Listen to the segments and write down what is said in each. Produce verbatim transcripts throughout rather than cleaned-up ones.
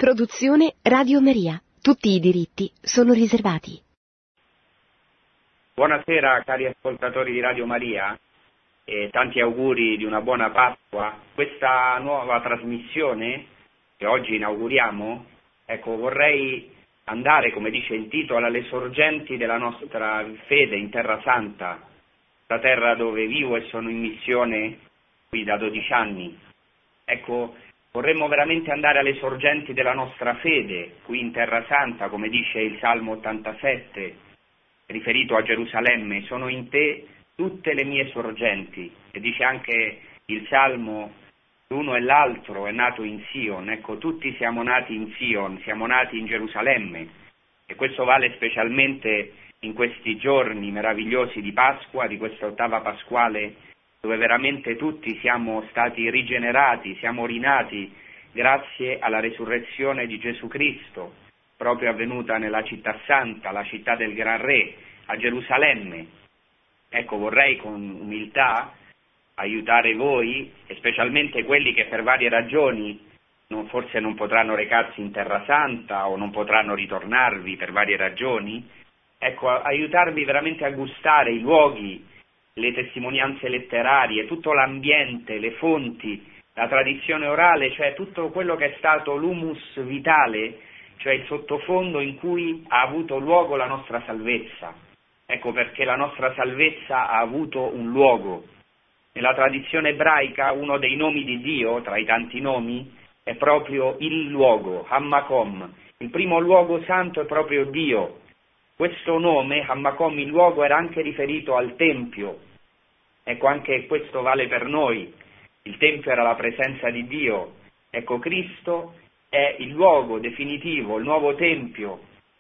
Produzione Radio Maria. Tutti i diritti sono riservati. Buonasera cari ascoltatori di Radio Maria e tanti auguri di una buona Pasqua. Questa nuova trasmissione che oggi inauguriamo, ecco, vorrei andare, come dice il titolo, alle sorgenti della nostra fede in Terra Santa, la terra dove vivo e sono in missione qui da dodici anni. Ecco, vorremmo veramente andare alle sorgenti della nostra fede qui in Terra Santa, come dice il Salmo ottantasette, riferito a Gerusalemme: sono in te tutte le mie sorgenti. E dice anche il Salmo: l'uno e l'altro è nato in Sion. Ecco, tutti siamo nati in Sion, siamo nati in Gerusalemme, e questo vale specialmente in questi giorni meravigliosi di Pasqua, di questa ottava pasquale, dove veramente tutti siamo stati rigenerati, siamo rinati grazie alla resurrezione di Gesù Cristo, proprio avvenuta nella città santa, la città del Gran Re, a Gerusalemme. Ecco, vorrei con umiltà aiutare voi, e specialmente quelli che per varie ragioni non, forse non potranno recarsi in Terra Santa o non potranno ritornarvi per varie ragioni, ecco, aiutarvi veramente a gustare i luoghi, le testimonianze letterarie, tutto l'ambiente, le fonti, la tradizione orale, cioè tutto quello che è stato l'humus vitale, cioè il sottofondo in cui ha avuto luogo la nostra salvezza. Ecco perché la nostra salvezza ha avuto un luogo. Nella tradizione ebraica uno dei nomi di Dio, tra i tanti nomi, è proprio il luogo, Hammakom. Il primo luogo santo è proprio Dio. Questo nome, Hammakom, il luogo, era anche riferito al Tempio. Ecco, anche questo vale per noi. Il Tempio era la presenza di Dio. Ecco, Cristo è il luogo definitivo, il nuovo Tempio.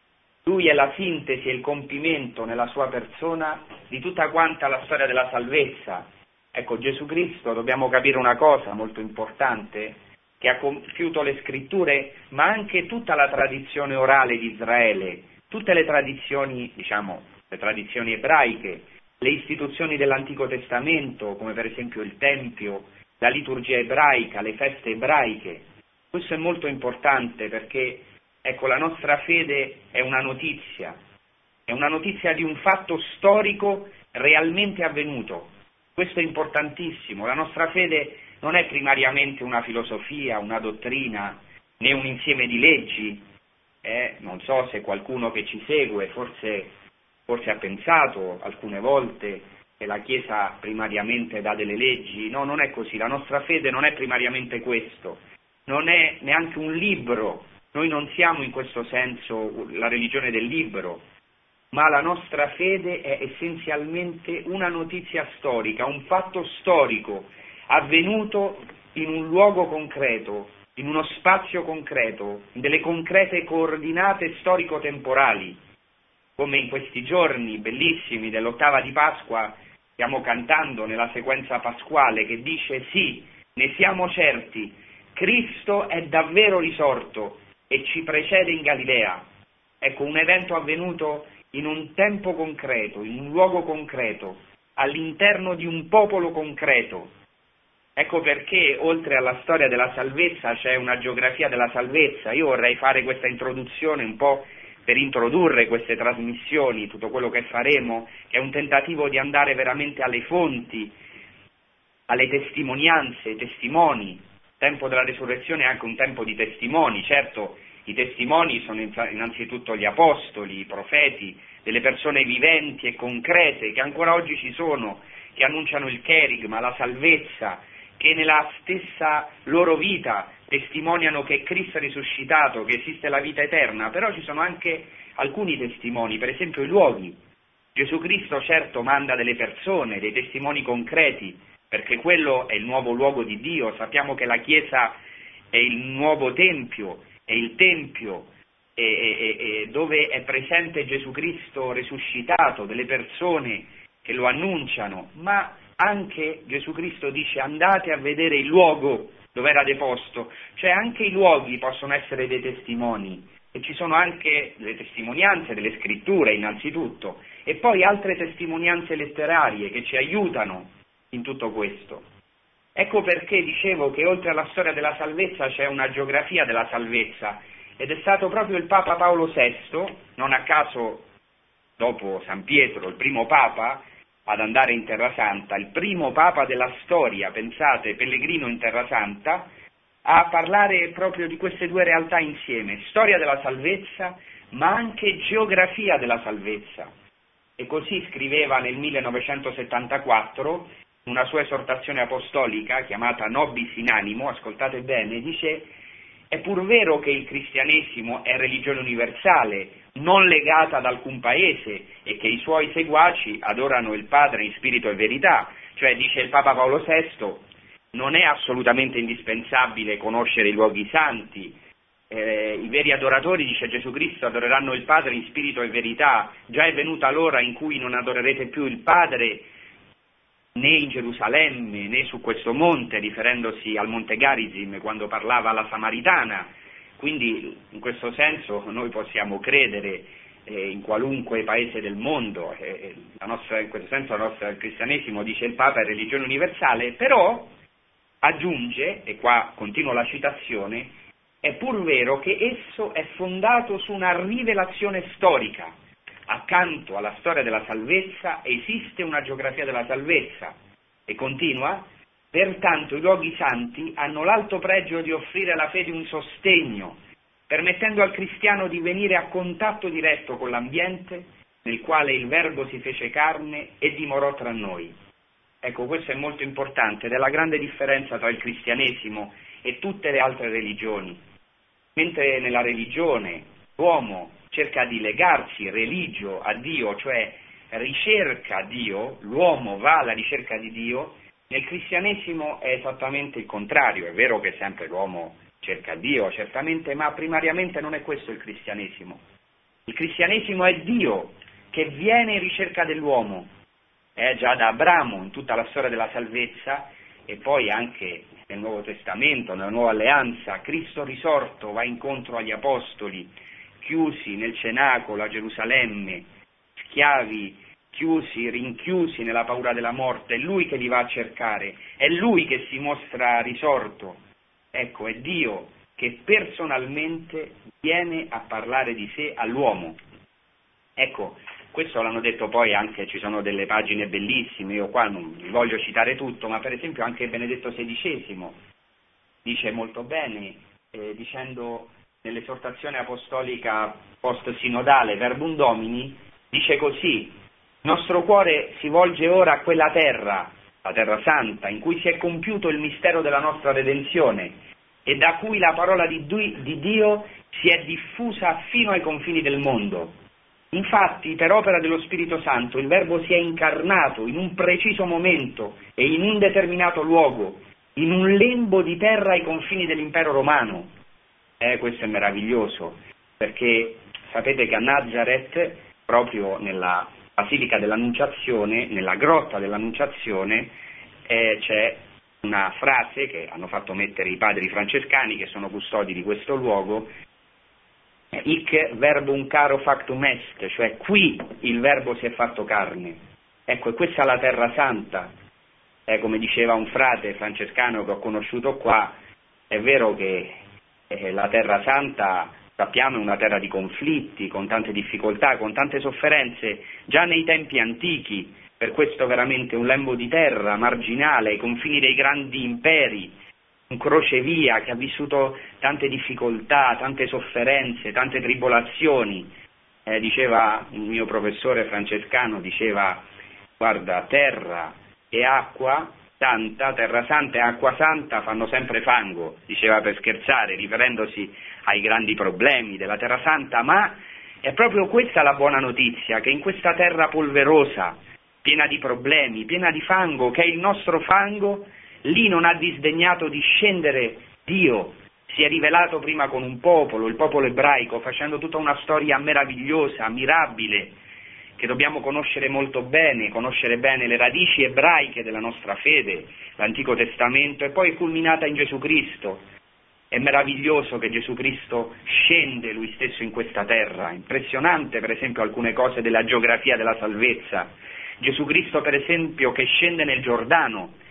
Lui è la sintesi e il compimento nella sua persona di tutta quanta la storia della salvezza. Ecco, Gesù Cristo, dobbiamo capire una cosa molto importante, che ha compiuto le scritture, ma anche tutta la tradizione orale di Israele, tutte le tradizioni, diciamo, le tradizioni ebraiche, le istituzioni dell'Antico Testamento, come per esempio il Tempio, la liturgia ebraica, le feste ebraiche. Questo è molto importante perché, ecco, la nostra fede è una notizia, è una notizia di un fatto storico realmente avvenuto. Questo è importantissimo. La nostra fede non è primariamente una filosofia, una dottrina, né un insieme di leggi. Eh, non so se qualcuno che ci segue forse, forse ha pensato alcune volte che la Chiesa primariamente dà delle leggi. No, non è così. La nostra fede non è primariamente questo. Non è neanche un libro. Noi non siamo in questo senso la religione del libro, ma la nostra fede è essenzialmente una notizia storica, un fatto storico avvenuto in un luogo concreto, in uno spazio concreto, in delle concrete coordinate storico-temporali, come in questi giorni bellissimi dell'ottava di Pasqua stiamo cantando nella sequenza pasquale, che dice: sì, ne siamo certi, Cristo è davvero risorto e ci precede in Galilea. Ecco, un evento avvenuto in un tempo concreto, in un luogo concreto, all'interno di un popolo concreto. Ecco perché, oltre alla storia della salvezza, c'è una geografia della salvezza. Io vorrei fare questa introduzione un po' per introdurre queste trasmissioni, tutto quello che faremo, che è un tentativo di andare veramente alle fonti, alle testimonianze, ai testimoni. Il tempo della resurrezione è anche un tempo di testimoni. Certo, i testimoni sono innanzitutto gli apostoli, i profeti, delle persone viventi e concrete che ancora oggi ci sono, che annunciano il cherigma, la salvezza, che nella stessa loro vita testimoniano che Cristo è risuscitato, che esiste la vita eterna. Però ci sono anche alcuni testimoni, per esempio i luoghi. Gesù Cristo certo manda delle persone, dei testimoni concreti, perché quello è il nuovo luogo di Dio. Sappiamo che la Chiesa è il nuovo Tempio, è il Tempio e, e, e, dove è presente Gesù Cristo risuscitato, delle persone che lo annunciano, ma anche Gesù Cristo dice: andate a vedere il luogo dove era deposto, cioè anche i luoghi possono essere dei testimoni, e ci sono anche le testimonianze delle scritture innanzitutto, e poi altre testimonianze letterarie che ci aiutano in tutto questo. Ecco perché dicevo che oltre alla storia della salvezza c'è una geografia della salvezza, ed è stato proprio il Papa Paolo sesto, non a caso dopo San Pietro, il primo Papa ad andare in Terra Santa, il primo Papa della storia, pensate, pellegrino in Terra Santa, a parlare proprio di queste due realtà insieme, storia della salvezza, ma anche geografia della salvezza. E così scriveva nel millenovecentosettantaquattro una sua esortazione apostolica chiamata Nobis in Animo, ascoltate bene, dice: è pur vero che il cristianesimo è religione universale, non legata ad alcun paese, e che i suoi seguaci adorano il Padre in spirito e verità, cioè, dice il Papa Paolo sesto, non è assolutamente indispensabile conoscere i luoghi santi, eh, i veri adoratori, dice Gesù Cristo, adoreranno il Padre in spirito e verità, già è venuta l'ora in cui non adorerete più il Padre né in Gerusalemme né su questo monte, riferendosi al Monte Garizim quando parlava alla Samaritana. Quindi in questo senso noi possiamo credere eh, in qualunque paese del mondo, eh, la nostra, in questo senso il nostro cristianesimo, dice il Papa, è religione universale, però aggiunge, e qua continuo la citazione, è pur vero che esso è fondato su una rivelazione storica. Accanto alla storia della salvezza esiste una geografia della salvezza. E continua: pertanto i luoghi santi hanno l'alto pregio di offrire alla fede un sostegno, permettendo al cristiano di venire a contatto diretto con l'ambiente nel quale il Verbo si fece carne e dimorò tra noi. Ecco, questo è molto importante ed è la grande differenza tra il cristianesimo e tutte le altre religioni. Mentre nella religione l'uomo cerca di legarsi, religio, a Dio, cioè ricerca Dio, l'uomo va alla ricerca di Dio, nel cristianesimo è esattamente il contrario. È vero che sempre l'uomo cerca Dio, certamente, ma primariamente non è questo il cristianesimo. Il cristianesimo è Dio che viene in ricerca dell'uomo, è già da Abramo in tutta la storia della salvezza, e poi anche nel Nuovo Testamento, nella Nuova Alleanza, Cristo risorto va incontro agli apostoli, chiusi nel cenacolo a Gerusalemme, schiavi, chiusi, rinchiusi nella paura della morte, è Lui che li va a cercare, è Lui che si mostra risorto. Ecco, è Dio che personalmente viene a parlare di sé all'uomo. Ecco, questo l'hanno detto poi anche, ci sono delle pagine bellissime, io qua non vi voglio citare tutto, ma per esempio anche Benedetto sedicesimo dice molto bene, eh, dicendo nell'esortazione apostolica post-sinodale Verbum Domini, dice così: il nostro cuore si volge ora a quella terra, la terra santa, in cui si è compiuto il mistero della nostra redenzione e da cui la parola di Dio si è diffusa fino ai confini del mondo. Infatti, per opera dello Spirito Santo, il Verbo si è incarnato in un preciso momento e in un determinato luogo, in un lembo di terra ai confini dell'impero romano. Eh, questo è meraviglioso, perché sapete che a Nazareth, proprio nella Basilica dell'Annunciazione, nella grotta dell'Annunciazione, eh, c'è una frase che hanno fatto mettere i padri francescani, che sono custodi di questo luogo: Hic verbum caro factum est, cioè qui il Verbo si è fatto carne. Ecco, e questa è la Terra Santa. Eh, come diceva un frate francescano che ho conosciuto qua, è vero che eh, la Terra Santa, sappiamo, è una terra di conflitti, con tante difficoltà, con tante sofferenze, già nei tempi antichi, per questo veramente un lembo di terra marginale ai confini dei grandi imperi, un crocevia che ha vissuto tante difficoltà, tante sofferenze, tante tribolazioni. Eh, diceva un mio professore francescano, diceva: guarda, terra e acqua santa, terra santa e acqua santa fanno sempre fango, diceva per scherzare, riferendosi ai grandi problemi della Terra Santa, ma è proprio questa la buona notizia, che in questa terra polverosa, piena di problemi, piena di fango, che è il nostro fango, lì non ha disdegnato di scendere Dio, si è rivelato prima con un popolo, il popolo ebraico, facendo tutta una storia meravigliosa, mirabile, che dobbiamo conoscere molto bene, conoscere bene le radici ebraiche della nostra fede, l'Antico Testamento, e poi culminata in Gesù Cristo. È meraviglioso che Gesù Cristo scende Lui stesso in questa terra, impressionante per esempio alcune cose della geografia della salvezza. Gesù Cristo per esempio che scende nel Giordano,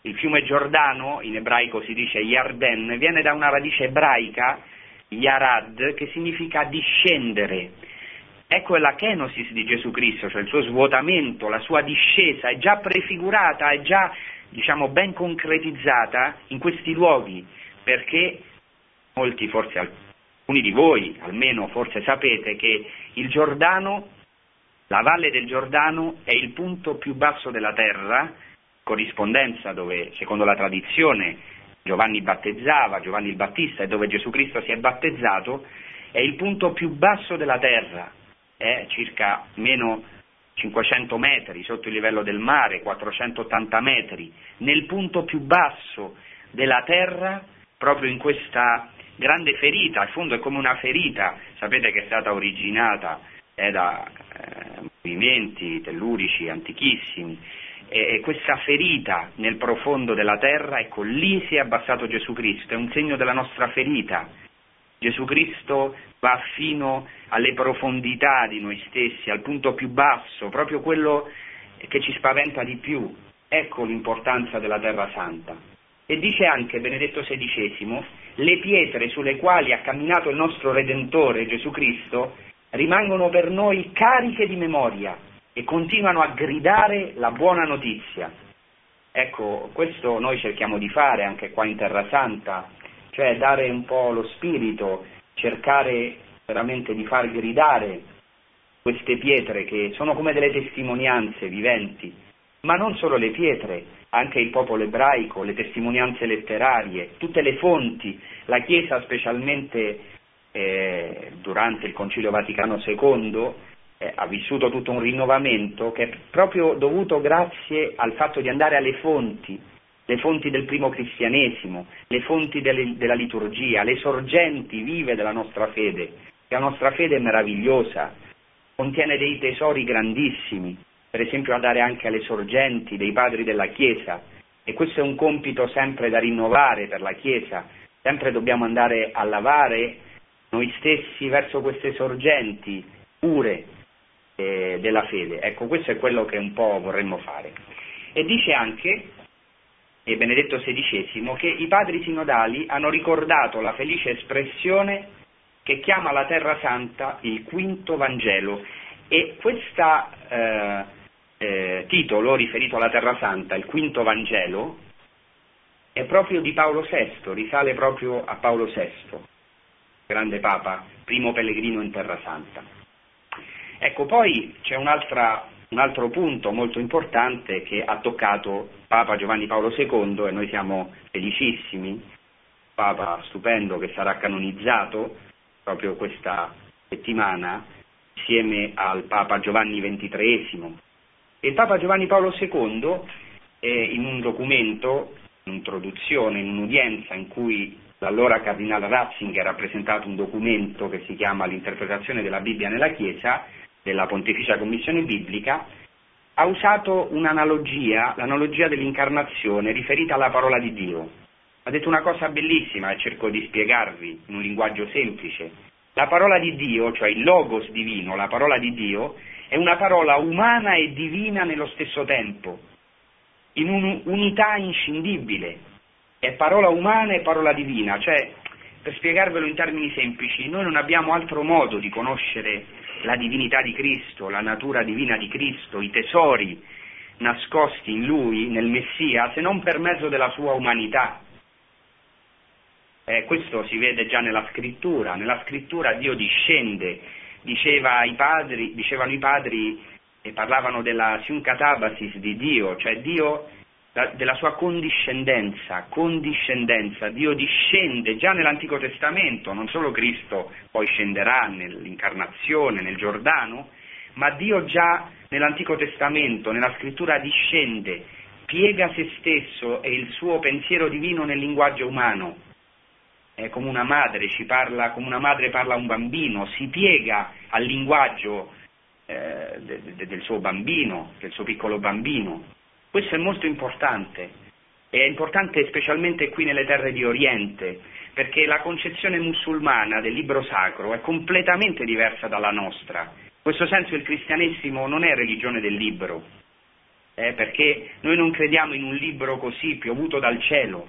Il fiume Giordano, in ebraico si dice Yarden, viene da una radice ebraica, Yarad, che significa discendere. Ecco la kenosis di Gesù Cristo, cioè il suo svuotamento, la sua discesa, è già prefigurata, è già, diciamo, ben concretizzata in questi luoghi, perché molti, forse alcuni di voi, almeno forse sapete che il Giordano, la valle del Giordano, è il punto più basso della terra, corrispondenza dove, secondo la tradizione, Giovanni battezzava, Giovanni il Battista, e dove Gesù Cristo si è battezzato, è il punto più basso della terra, è circa meno cinquecento metri sotto il livello del mare, quattrocentottanta metri, nel punto più basso della terra, proprio in questa grande ferita. Al fondo è come una ferita, sapete che è stata originata eh, da eh, movimenti tellurici antichissimi, e questa ferita nel profondo della terra, ecco, lì si è abbassato Gesù Cristo, è un segno della nostra ferita. Gesù Cristo va fino alle profondità di noi stessi, al punto più basso, proprio quello che ci spaventa di più. Ecco l'importanza della Terra Santa. E dice anche Benedetto sedicesimo, le pietre sulle quali ha camminato il nostro Redentore Gesù Cristo rimangono per noi cariche di memoria e continuano a gridare la buona notizia. Ecco, questo noi cerchiamo di fare anche qua in Terra Santa, cioè dare un po' lo spirito, cercare veramente di far gridare queste pietre che sono come delle testimonianze viventi, ma non solo le pietre, anche il popolo ebraico, le testimonianze letterarie, tutte le fonti, la Chiesa specialmente eh, durante il Concilio Vaticano secondo, ha vissuto tutto un rinnovamento che è proprio dovuto grazie al fatto di andare alle fonti, le fonti del primo cristianesimo, le fonti delle, della liturgia, le sorgenti vive della nostra fede. La nostra fede è meravigliosa, contiene dei tesori grandissimi, per esempio andare anche alle sorgenti dei padri della Chiesa, e questo è un compito sempre da rinnovare per la Chiesa, sempre dobbiamo andare a lavare noi stessi verso queste sorgenti pure della fede. Ecco, questo è quello che un po' vorremmo fare. E dice anche e Benedetto sedicesimo che i padri sinodali hanno ricordato la felice espressione che chiama la Terra Santa il quinto Vangelo, e questo eh, eh, titolo riferito alla Terra Santa, il quinto Vangelo, è proprio di Paolo sesto, risale proprio a Paolo sesto, grande Papa, primo pellegrino in Terra Santa. Ecco, poi c'è un'altra, un altro punto molto importante che ha toccato Papa Giovanni Paolo secondo, e noi siamo felicissimi, Papa stupendo che sarà canonizzato proprio questa settimana insieme al Papa Giovanni ventitreesimo. E il Papa Giovanni Paolo secondo, eh, in un documento, un'introduzione, in un'udienza in cui l'allora Cardinale Ratzinger ha presentato un documento che si chiama L'interpretazione della Bibbia nella Chiesa, della Pontificia Commissione Biblica, ha usato un'analogia, l'analogia dell'incarnazione riferita alla parola di Dio. Ha detto una cosa bellissima e cerco di spiegarvi in un linguaggio semplice. La parola di Dio, cioè il Logos divino, la parola di Dio, è una parola umana e divina nello stesso tempo, in un'unità inscindibile. È parola umana e parola divina, cioè, per spiegarvelo in termini semplici, noi non abbiamo altro modo di conoscere la divinità di Cristo, la natura divina di Cristo, i tesori nascosti in Lui, nel Messia, se non per mezzo della sua umanità. Eh, questo si vede già nella Scrittura. Nella Scrittura Dio discende, diceva i padri, dicevano i padri e parlavano della syncatabasis di Dio, cioè Dio, della sua condiscendenza, condiscendenza, Dio discende già nell'Antico Testamento, non solo Cristo poi scenderà nell'incarnazione, nel Giordano, ma Dio già nell'Antico Testamento, nella Scrittura discende, piega se stesso e il suo pensiero divino nel linguaggio umano. È come una madre, ci parla, come una madre parla a un bambino, si piega al linguaggio eh, de, de, del suo bambino, del suo piccolo bambino. Questo è molto importante, è importante specialmente qui nelle terre di Oriente, perché la concezione musulmana del libro sacro è completamente diversa dalla nostra. In questo senso il cristianesimo non è religione del libro, eh, perché noi non crediamo in un libro così piovuto dal cielo,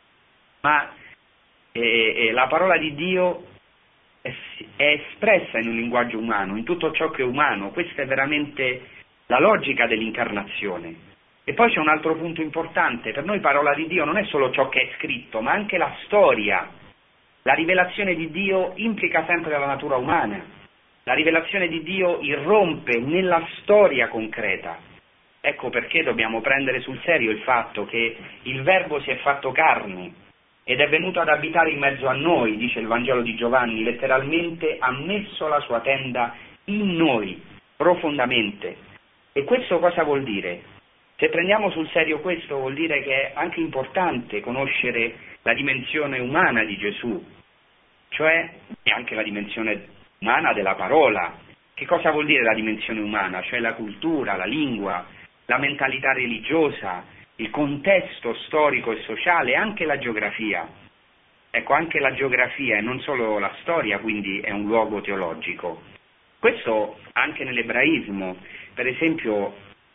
ma eh, eh, la parola di Dio è, è espressa in un linguaggio umano, in tutto ciò che è umano. Questa è veramente la logica dell'incarnazione. E poi c'è un altro punto importante: per noi parola di Dio non è solo ciò che è scritto, ma anche la storia. La rivelazione di Dio implica sempre la natura umana. La rivelazione di Dio irrompe nella storia concreta. Ecco perché dobbiamo prendere sul serio il fatto che il Verbo si è fatto carne ed è venuto ad abitare in mezzo a noi, dice il Vangelo di Giovanni, letteralmente ha messo la sua tenda in noi, profondamente. E questo cosa vuol dire? Se prendiamo sul serio questo, vuol dire che è anche importante conoscere la dimensione umana di Gesù, cioè anche la dimensione umana della parola. Che cosa vuol dire la dimensione umana? Cioè la cultura, la lingua, la mentalità religiosa, il contesto storico e sociale, anche la geografia. Ecco, anche la geografia e non solo la storia, quindi è un luogo teologico. Questo anche nell'ebraismo. Per esempio,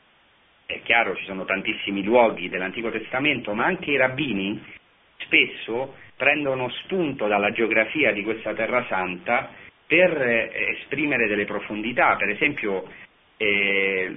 è chiaro, ci sono tantissimi luoghi dell'Antico Testamento, ma anche i rabbini spesso prendono spunto dalla geografia di questa Terra Santa per eh, esprimere delle profondità. Per esempio, eh,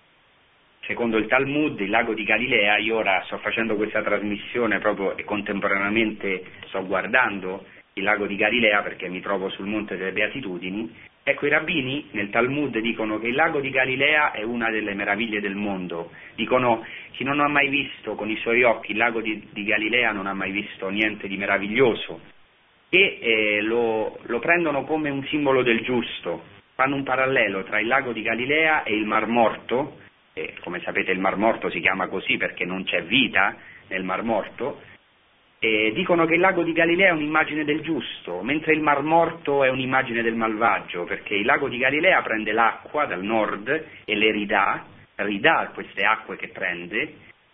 secondo il Talmud, il lago di Galilea, io ora sto facendo questa trasmissione proprio e contemporaneamente sto guardando il lago di Galilea perché mi trovo sul Monte delle Beatitudini. Ecco, i rabbini nel Talmud dicono che il lago di Galilea è una delle meraviglie del mondo. Dicono: chi non ha mai visto con i suoi occhi il lago di, di Galilea non ha mai visto niente di meraviglioso. E eh, lo, lo prendono come un simbolo del giusto. Fanno un parallelo tra il lago di Galilea e il Mar Morto. E, come sapete, il Mar Morto si chiama così perché non c'è vita nel Mar Morto. E dicono che il lago di Galilea è un'immagine del giusto, mentre il Mar Morto è un'immagine del malvagio, perché il lago di Galilea prende l'acqua dal nord e le ridà, ridà queste acque che prende,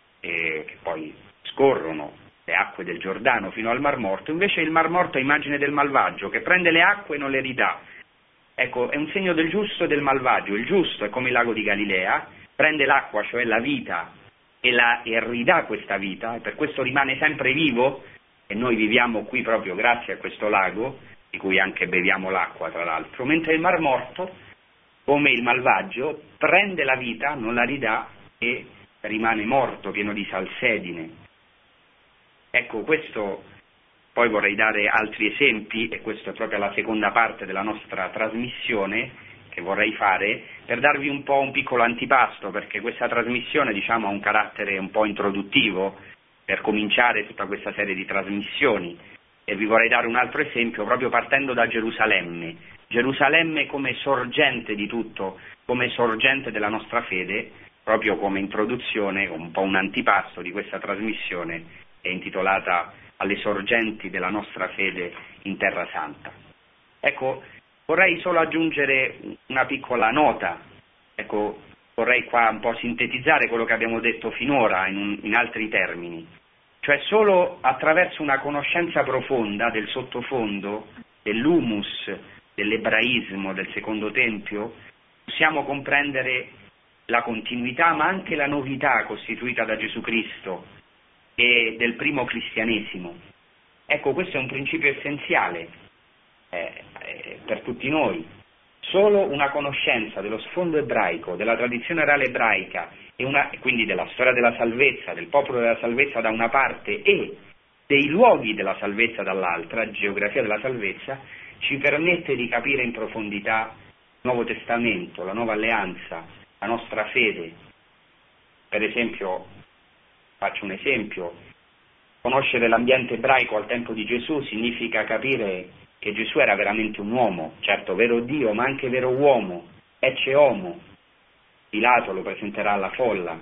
e che poi scorrono, le acque del Giordano fino al Mar Morto. Invece il Mar Morto è immagine del malvagio, che prende le acque e non le ridà. Ecco, è un segno del giusto e del malvagio. Il giusto è come il lago di Galilea, prende l'acqua, cioè la vita, e, la, e ridà questa vita, e per questo rimane sempre vivo, e noi viviamo qui proprio grazie a questo lago, di cui anche beviamo l'acqua tra l'altro, mentre il Mar Morto, come il malvagio, prende la vita, non la ridà e rimane morto, pieno di salsedine. Ecco, questo, poi vorrei dare altri esempi, e questa è proprio la seconda parte della nostra trasmissione, che vorrei fare, per darvi un po' un piccolo antipasto, perché questa trasmissione, diciamo, ha un carattere un po' introduttivo per cominciare tutta questa serie di trasmissioni, e vi vorrei dare un altro esempio proprio partendo da Gerusalemme. Gerusalemme come sorgente di tutto, come sorgente della nostra fede, proprio come introduzione, un po' un antipasto di questa trasmissione, è intitolata Alle sorgenti della nostra fede in Terra Santa. Ecco, vorrei solo aggiungere una piccola nota, ecco, vorrei qua un po' sintetizzare quello che abbiamo detto finora in, un, in altri termini, cioè solo attraverso una conoscenza profonda del sottofondo, dell'humus, dell'ebraismo, del secondo tempio, possiamo comprendere la continuità ma anche la novità costituita da Gesù Cristo e del primo cristianesimo. Ecco, questo è un principio essenziale Eh, eh, per tutti noi. Solo una conoscenza dello sfondo ebraico, della tradizione orale ebraica e una, quindi della storia della salvezza, del popolo della salvezza da una parte e dei luoghi della salvezza dall'altra, geografia della salvezza, ci permette di capire in profondità il Nuovo Testamento, la Nuova Alleanza, la nostra fede. Per esempio, faccio un esempio, conoscere l'ambiente ebraico al tempo di Gesù significa capire che Gesù era veramente un uomo, certo vero Dio, ma anche vero uomo, ecce homo. Pilato lo presenterà alla folla.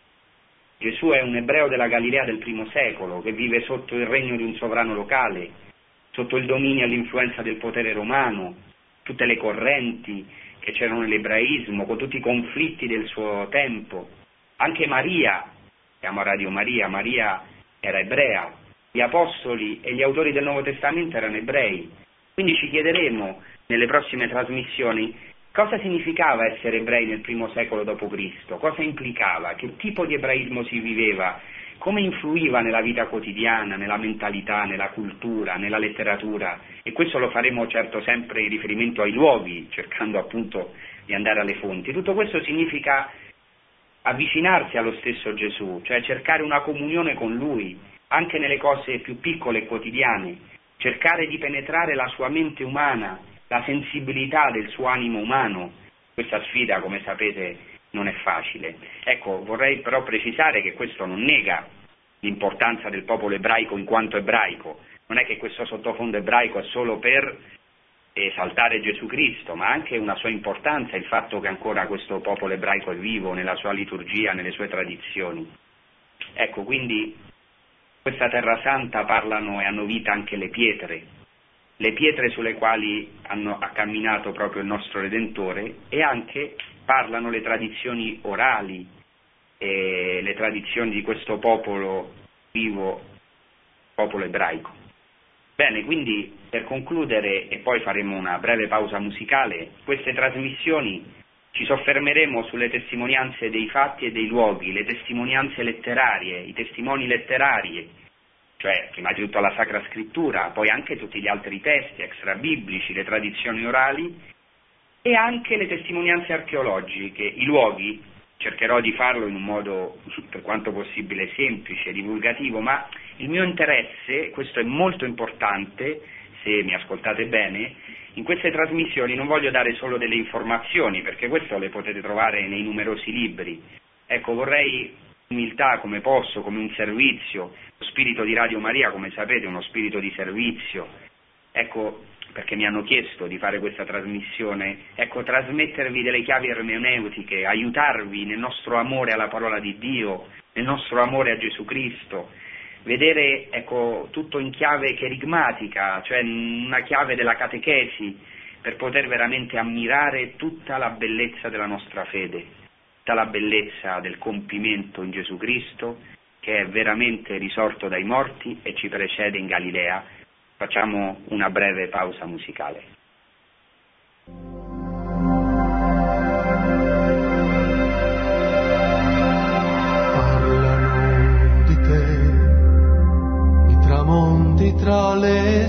Gesù è un ebreo della Galilea del primo secolo, che vive sotto il regno di un sovrano locale, sotto il dominio e l'influenza del potere romano, tutte le correnti che c'erano nell'ebraismo, con tutti i conflitti del suo tempo. Anche Maria, siamo a Radio Maria, Maria era ebrea, gli apostoli e gli autori del Nuovo Testamento erano ebrei. Quindi ci chiederemo nelle prossime trasmissioni Cosa significava essere ebrei nel primo secolo dopo Cristo? Cosa implicava? Che tipo di ebraismo si viveva? Come influiva nella vita quotidiana, nella mentalità, nella cultura, nella letteratura? E questo lo faremo certo sempre in riferimento ai luoghi, cercando appunto di andare alle fonti. Tutto questo significa avvicinarsi allo stesso Gesù, cioè cercare una comunione con Lui, anche nelle cose più piccole e quotidiane, cercare di penetrare la sua mente umana, la sensibilità del suo animo umano. Questa sfida, come sapete, non è facile. Ecco, vorrei però precisare che questo non nega l'importanza del popolo ebraico in quanto ebraico. Non è che questo sottofondo ebraico è solo per esaltare Gesù Cristo, ma anche una sua importanza, il fatto che ancora questo popolo ebraico è vivo nella sua liturgia, nelle sue tradizioni. Ecco, quindi questa terra santa parlano e hanno vita anche le pietre, le pietre sulle quali hanno, ha camminato proprio il nostro Redentore, e anche parlano le tradizioni orali, e le tradizioni di questo popolo vivo, popolo ebraico. Bene, quindi per concludere, e poi faremo una breve pausa musicale, queste trasmissioni ci soffermeremo sulle testimonianze dei fatti e dei luoghi, le testimonianze letterarie, i testimoni letterari, cioè prima di tutto la Sacra Scrittura, poi anche tutti gli altri testi extrabiblici, le tradizioni orali e anche le testimonianze archeologiche, i luoghi. Cercherò di farlo in un modo per quanto possibile semplice, divulgativo, ma il mio interesse, questo è molto importante, se mi ascoltate bene, in queste trasmissioni non voglio dare solo delle informazioni, perché questo le potete trovare nei numerosi libri. Ecco, vorrei umiltà come posso, come un servizio, lo spirito di Radio Maria, come sapete, è uno spirito di servizio. Ecco, perché mi hanno chiesto di fare questa trasmissione, ecco, trasmettervi delle chiavi ermeneutiche, aiutarvi nel nostro amore alla parola di Dio, nel nostro amore a Gesù Cristo, vedere, ecco, tutto in chiave cherigmatica, cioè una chiave della catechesi, per poter veramente ammirare tutta la bellezza della nostra fede, tutta la bellezza del compimento in Gesù Cristo, che è veramente risorto dai morti e ci precede in Galilea. Facciamo una breve pausa musicale. Parlano di te i tramonti tra le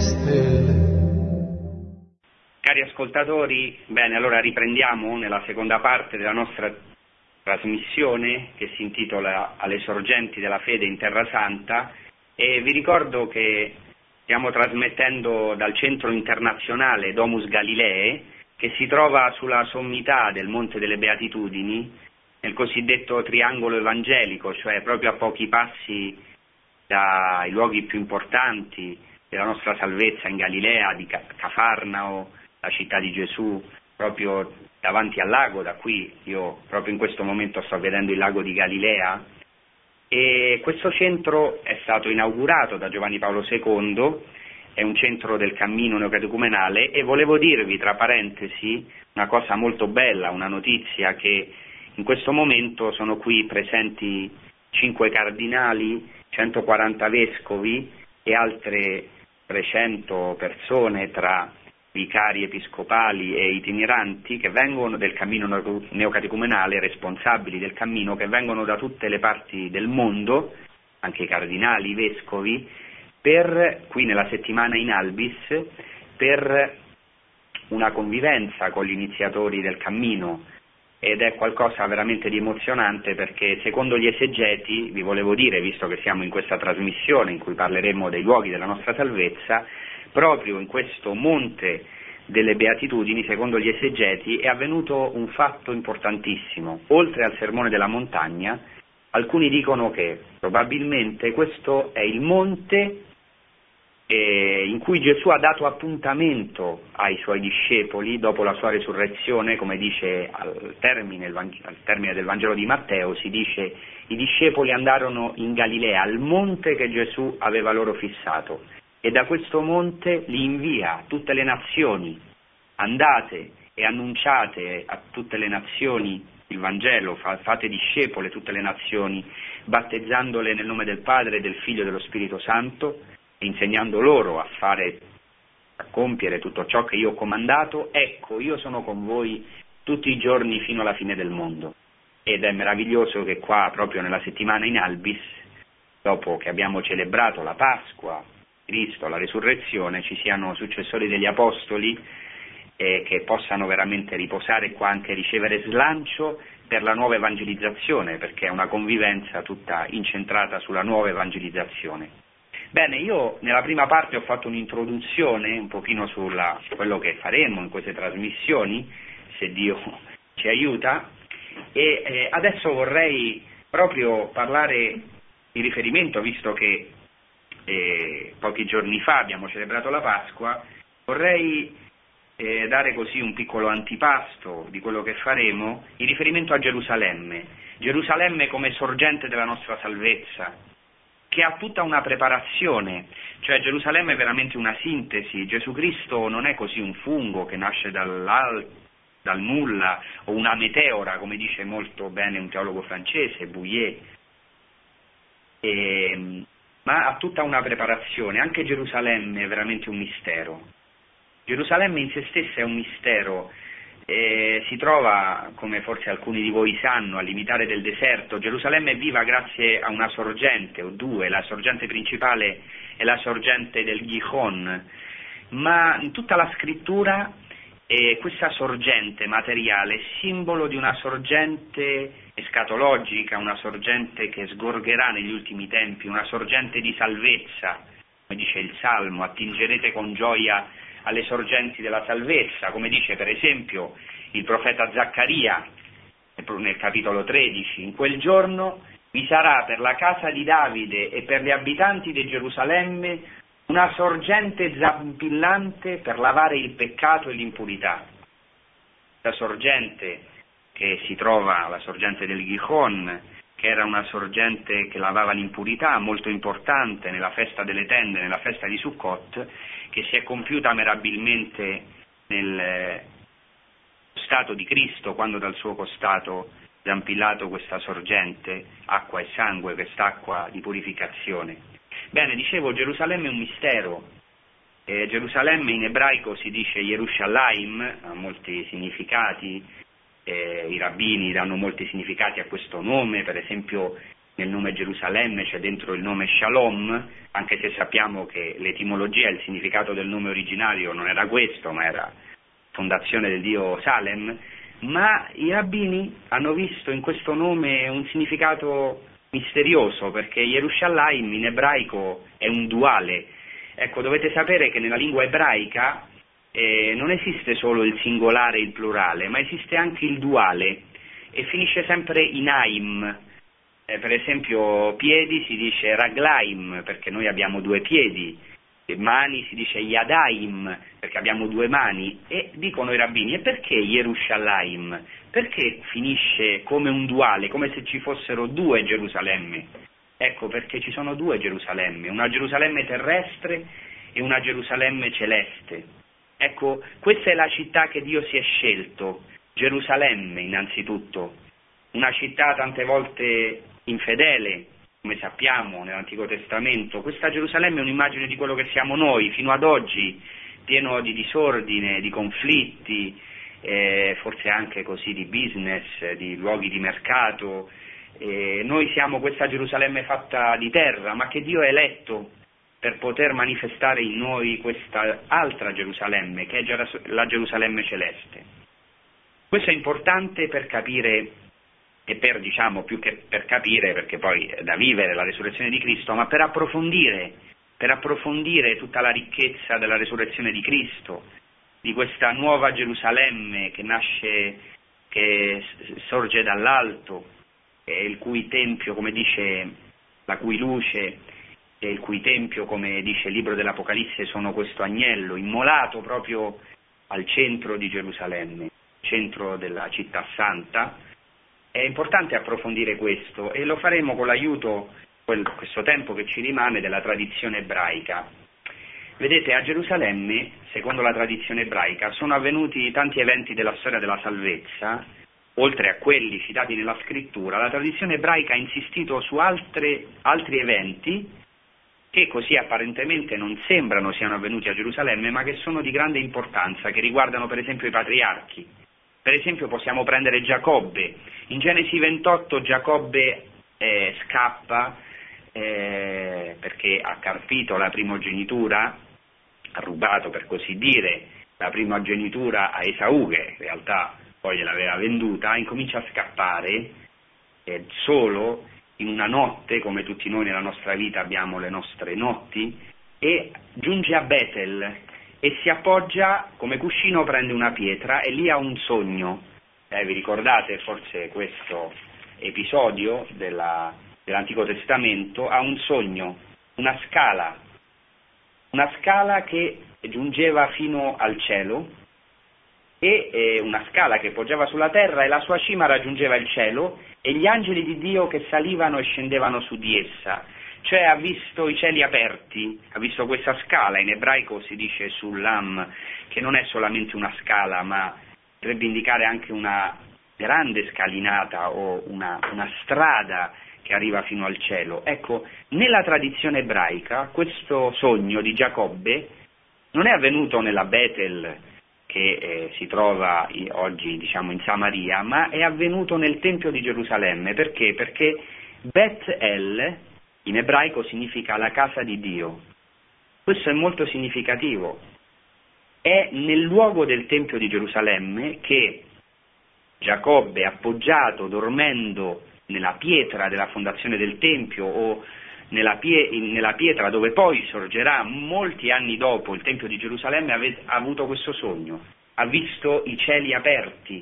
stelle. Cari ascoltatori, bene, allora riprendiamo nella seconda parte della nostra trasmissione che si intitola Alle sorgenti della fede in Terra Santa, e vi ricordo che stiamo trasmettendo dal centro internazionale Domus Galilee, che si trova sulla sommità del Monte delle Beatitudini, nel cosiddetto triangolo evangelico, cioè proprio a pochi passi dai luoghi più importanti della nostra salvezza in Galilea, di Cafarnao, la città di Gesù, proprio davanti al lago. Da qui io proprio in questo momento sto vedendo il lago di Galilea. E questo centro è stato inaugurato da Giovanni Paolo secondo, è un centro del cammino neocatecumenale, e volevo dirvi tra parentesi una cosa molto bella, una notizia, che in questo momento sono qui presenti cinque cardinali, centoquaranta vescovi e altre trecento persone tra vicari episcopali e itineranti che vengono del cammino neocatecumenale, responsabili del cammino, che vengono da tutte le parti del mondo, anche i cardinali, i vescovi, per qui nella settimana in Albis, per una convivenza con gli iniziatori del cammino, ed è qualcosa veramente di emozionante, perché secondo gli esegeti, vi volevo dire, visto che siamo in questa trasmissione in cui parleremo dei luoghi della nostra salvezza, proprio in questo monte delle Beatitudini, secondo gli esegeti, è avvenuto un fatto importantissimo. Oltre al sermone della montagna, alcuni dicono che probabilmente questo è il monte eh, in cui Gesù ha dato appuntamento ai suoi discepoli dopo la sua resurrezione, come dice al termine, al termine del Vangelo di Matteo, si dice: i discepoli andarono in Galilea, al monte che Gesù aveva loro fissato. E da questo monte li invia a tutte le nazioni, andate e annunciate a tutte le nazioni il Vangelo, fate discepole tutte le nazioni, battezzandole nel nome del Padre, del Figlio e dello Spirito Santo, e insegnando loro a fare, a compiere tutto ciò che io ho comandato. Ecco, io sono con voi tutti i giorni fino alla fine del mondo. Ed è meraviglioso che qua, proprio nella settimana in Albis, dopo che abbiamo celebrato la Pasqua, Cristo, la Resurrezione, ci siano successori degli Apostoli eh, che possano veramente riposare qua, anche ricevere slancio per la nuova evangelizzazione, perché è una convivenza tutta incentrata sulla nuova evangelizzazione. Bene, io nella prima parte ho fatto un'introduzione un pochino su quello che faremo in queste trasmissioni, se Dio ci aiuta, e eh, adesso vorrei proprio parlare di riferimento, visto che eh, pochi giorni fa abbiamo celebrato la Pasqua, vorrei eh, dare così un piccolo antipasto di quello che faremo in riferimento a Gerusalemme. Gerusalemme come sorgente della nostra salvezza, che ha tutta una preparazione, cioè Gerusalemme è veramente una sintesi. Gesù Cristo non è così un fungo che nasce dall'alto, dal nulla, o una meteora, come dice molto bene un teologo francese, Bouillet, e, ma ha tutta una preparazione. Anche Gerusalemme è veramente un mistero. Gerusalemme in se stessa è un mistero, e si trova, come forse alcuni di voi sanno, al limitare del deserto. Gerusalemme è viva grazie a una sorgente, o due. La sorgente principale è la sorgente del Gihon, ma in tutta la scrittura e questa sorgente materiale è simbolo di una sorgente escatologica, una sorgente che sgorgerà negli ultimi tempi, una sorgente di salvezza, come dice il Salmo: attingerete con gioia alle sorgenti della salvezza, come dice per esempio il profeta Zaccaria nel capitolo tredici: in quel giorno vi sarà per la casa di Davide e per gli abitanti di Gerusalemme una sorgente zampillante per lavare il peccato e l'impurità. La sorgente che si trova, la sorgente del Gihon, che era una sorgente che lavava l'impurità, molto importante nella festa delle tende, nella festa di Sukkot, che si è compiuta mirabilmente nel stato di Cristo, quando dal suo costato zampillato questa sorgente, acqua e sangue, quest'acqua di purificazione. Bene, dicevo, Gerusalemme è un mistero. Eh, Gerusalemme in ebraico si dice Yerushalayim, ha molti significati, eh, i rabbini danno molti significati a questo nome. Per esempio nel nome Gerusalemme c'è dentro il nome Shalom, anche se sappiamo che l'etimologia, il significato del nome originario non era questo, ma era fondazione del dio Salem, ma i rabbini hanno visto in questo nome un significato misterioso, perché Yerushalayim in ebraico è un duale. Ecco, dovete sapere che nella lingua ebraica eh, non esiste solo il singolare e il plurale, ma esiste anche il duale, e finisce sempre in aim. Eh, per esempio piedi si dice raglaim, perché noi abbiamo due piedi, e mani si dice yadaim, perché abbiamo due mani. E dicono i rabbini: e perché Yerushalayim? Perché finisce come un duale, come se ci fossero due Gerusalemme? Ecco, perché ci sono due Gerusalemme, una Gerusalemme terrestre e una Gerusalemme celeste. Ecco, questa è la città che Dio si è scelto, Gerusalemme innanzitutto, una città tante volte infedele, come sappiamo nell'Antico Testamento. Questa Gerusalemme è un'immagine di quello che siamo noi fino ad oggi, pieno di disordine, di conflitti, eh, forse anche così di business, di luoghi di mercato. Eh, noi siamo questa Gerusalemme fatta di terra, ma che Dio ha eletto per poter manifestare in noi questa altra Gerusalemme, che è la Gerusalemme celeste. Questo è importante per capire, e per, diciamo, più che per capire, perché poi è da vivere la resurrezione di Cristo, ma per approfondire, per approfondire tutta la ricchezza della resurrezione di Cristo, di questa nuova Gerusalemme che nasce, che sorge dall'alto, e il cui tempio, come dice, la cui luce e il cui tempio, come dice il libro dell'Apocalisse, sono questo agnello immolato proprio al centro di Gerusalemme, centro della città santa. È importante approfondire questo, e lo faremo con l'aiuto, questo tempo che ci rimane, della tradizione ebraica. Vedete, a Gerusalemme, secondo la tradizione ebraica, sono avvenuti tanti eventi della storia della salvezza. Oltre a quelli citati nella scrittura, la tradizione ebraica ha insistito su altre, altri eventi che così apparentemente non sembrano siano avvenuti a Gerusalemme, ma che sono di grande importanza, che riguardano per esempio i patriarchi. Per esempio possiamo prendere Giacobbe. In Genesi ventotto Giacobbe eh, scappa eh, perché ha carpito la primogenitura, ha rubato per così dire la primogenitura a Esaù, che in realtà poi gliel'aveva venduta, incomincia a scappare eh, solo in una notte, come tutti noi nella nostra vita abbiamo le nostre notti, e giunge a Betel e si appoggia come cuscino, prende una pietra e lì ha un sogno. Eh, vi ricordate forse questo episodio della, dell'Antico Testamento? Ha un sogno, una scala, una scala che giungeva fino al cielo e eh, una scala che poggiava sulla terra e la sua cima raggiungeva il cielo e gli angeli di Dio che salivano e scendevano su di essa. Cioè ha visto i cieli aperti, ha visto questa scala, in ebraico si dice sulam, che non è solamente una scala, ma potrebbe indicare anche una grande scalinata o una, una strada che arriva fino al cielo. Ecco, nella tradizione ebraica questo sogno di Giacobbe non è avvenuto nella Betel che eh, si trova oggi diciamo in Samaria, ma è avvenuto nel Tempio di Gerusalemme. Perché? Perché Bet El in ebraico significa la casa di Dio. Questo è molto significativo. È nel luogo del Tempio di Gerusalemme che Giacobbe, appoggiato, dormendo nella pietra della fondazione del Tempio o nella, pie- nella pietra dove poi sorgerà molti anni dopo il Tempio di Gerusalemme, ave- ha avuto questo sogno, ha visto i cieli aperti.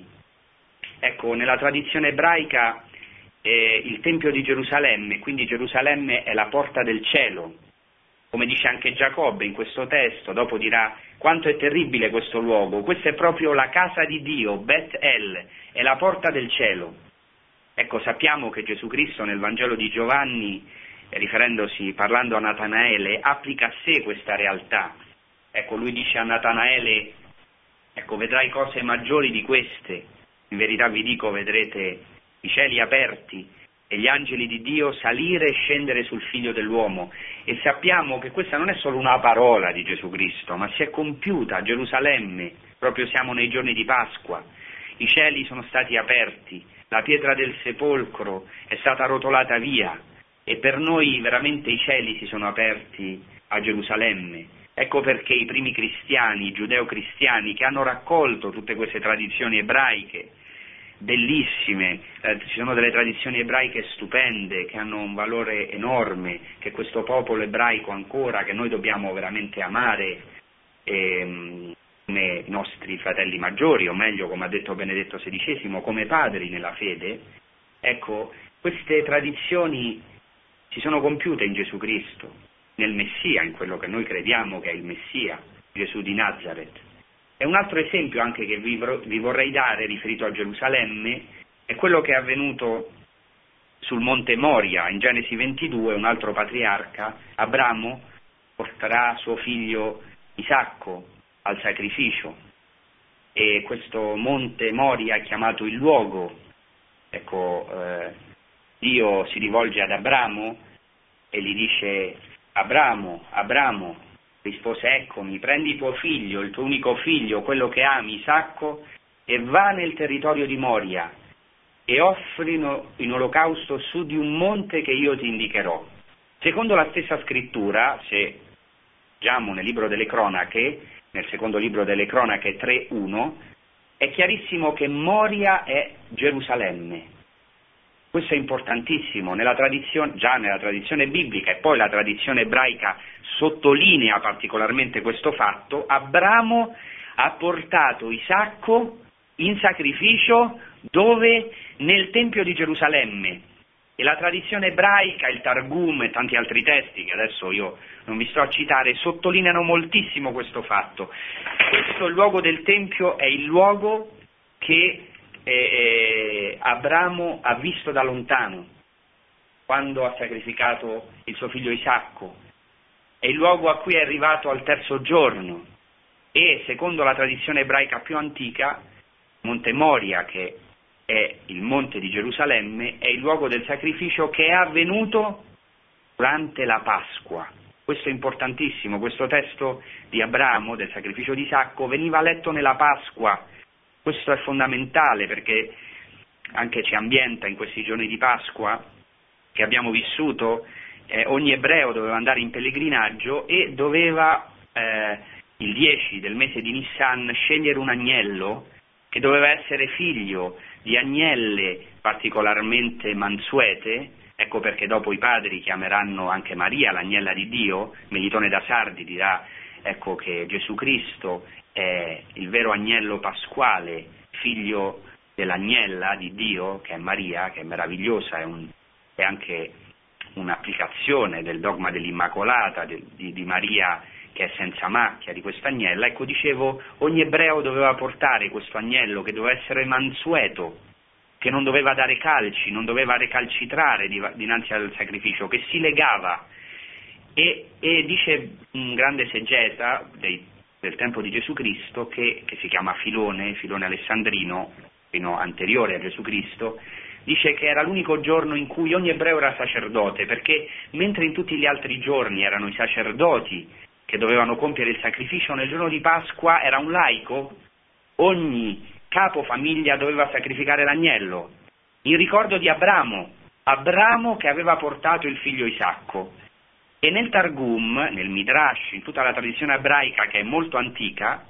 Ecco, nella tradizione ebraica eh, il Tempio di Gerusalemme, quindi Gerusalemme è la porta del cielo, come dice anche Giacobbe in questo testo, dopo dirà quanto è terribile questo luogo, questa è proprio la casa di Dio, Bet El, è la porta del cielo. Ecco, sappiamo che Gesù Cristo nel Vangelo di Giovanni, riferendosi, parlando a Natanaele, applica a sé questa realtà. Ecco, lui dice a Natanaele, ecco, vedrai cose maggiori di queste, in verità vi dico, vedrete i cieli aperti e gli angeli di Dio salire e scendere sul Figlio dell'uomo. E sappiamo che questa non è solo una parola di Gesù Cristo, ma si è compiuta a Gerusalemme, proprio siamo nei giorni di Pasqua. I cieli sono stati aperti, la pietra del sepolcro è stata rotolata via e per noi veramente i cieli si sono aperti a Gerusalemme. Ecco perché i primi cristiani, i giudeo-cristiani, che hanno raccolto tutte queste tradizioni ebraiche, bellissime, eh, ci sono delle tradizioni ebraiche stupende, che hanno un valore enorme, che questo popolo ebraico ancora, che noi dobbiamo veramente amare, ehm, come i nostri fratelli maggiori, o meglio, come ha detto Benedetto sedicesimo, come padri nella fede. Ecco, queste tradizioni si sono compiute in Gesù Cristo, nel Messia, in quello che noi crediamo che è il Messia, Gesù di Nazaret. E un altro esempio anche che vi, vi vorrei dare riferito a Gerusalemme è quello che è avvenuto sul monte Moria. In Genesi ventidue un altro patriarca, Abramo, porterà suo figlio Isacco al sacrificio e questo monte Moria è chiamato il luogo. Ecco, eh, Dio si rivolge ad Abramo e gli dice: Abramo, Abramo, rispose: eccomi, prendi tuo figlio, il tuo unico figlio, quello che ami, Isacco, e va nel territorio di Moria e offrino in olocausto su di un monte che io ti indicherò. Secondo la stessa scrittura, se leggiamo nel libro delle cronache, nel secondo libro delle cronache tre uno, è chiarissimo che Moria è Gerusalemme. Questo è importantissimo, nella tradizione, già nella tradizione biblica e poi la tradizione ebraica sottolinea particolarmente questo fatto. Abramo ha portato Isacco in sacrificio dove? Nel Tempio di Gerusalemme. E la tradizione ebraica, il Targum e tanti altri testi, che adesso io non vi sto a citare, sottolineano moltissimo questo fatto. Questo luogo del Tempio è il luogo che eh, Abramo ha visto da lontano, quando ha sacrificato il suo figlio Isacco. È il luogo a cui è arrivato al terzo giorno. E, secondo la tradizione ebraica più antica, Monte Moria, che è il monte di Gerusalemme, è il luogo del sacrificio che è avvenuto durante la Pasqua. Questo è importantissimo, questo testo di Abramo, del sacrificio di Isacco, veniva letto nella Pasqua, Questo è fondamentale perché anche ci ambienta in questi giorni di Pasqua che abbiamo vissuto, eh, ogni ebreo doveva andare in pellegrinaggio e doveva eh, il dieci del mese di Nissan scegliere un agnello che doveva essere figlio di agnelle particolarmente mansuete. Ecco perché dopo i padri chiameranno anche Maria l'agnella di Dio. Melitone da Sardi dirà, ecco, che Gesù Cristo è il vero agnello pasquale, figlio dell'agnella di Dio, che è Maria, che è meravigliosa, è, un, è anche un'applicazione del dogma dell'Immacolata, di, di, di Maria che è senza macchia, di questa agnella. Ecco, dicevo, ogni ebreo doveva portare questo agnello che doveva essere mansueto, che non doveva dare calci, non doveva recalcitrare dinanzi al sacrificio, che si legava. E, e dice un grande esegeta dei, del tempo di Gesù Cristo, che, che si chiama Filone, Filone Alessandrino, fino anteriore a Gesù Cristo, dice che era l'unico giorno in cui ogni ebreo era sacerdote, perché mentre in tutti gli altri giorni erano i sacerdoti che dovevano compiere il sacrificio, nel giorno di Pasqua era un laico, ogni capofamiglia doveva sacrificare l'agnello, in ricordo di Abramo, Abramo che aveva portato il figlio Isacco. E nel Targum, nel Midrash, in tutta la tradizione ebraica che è molto antica,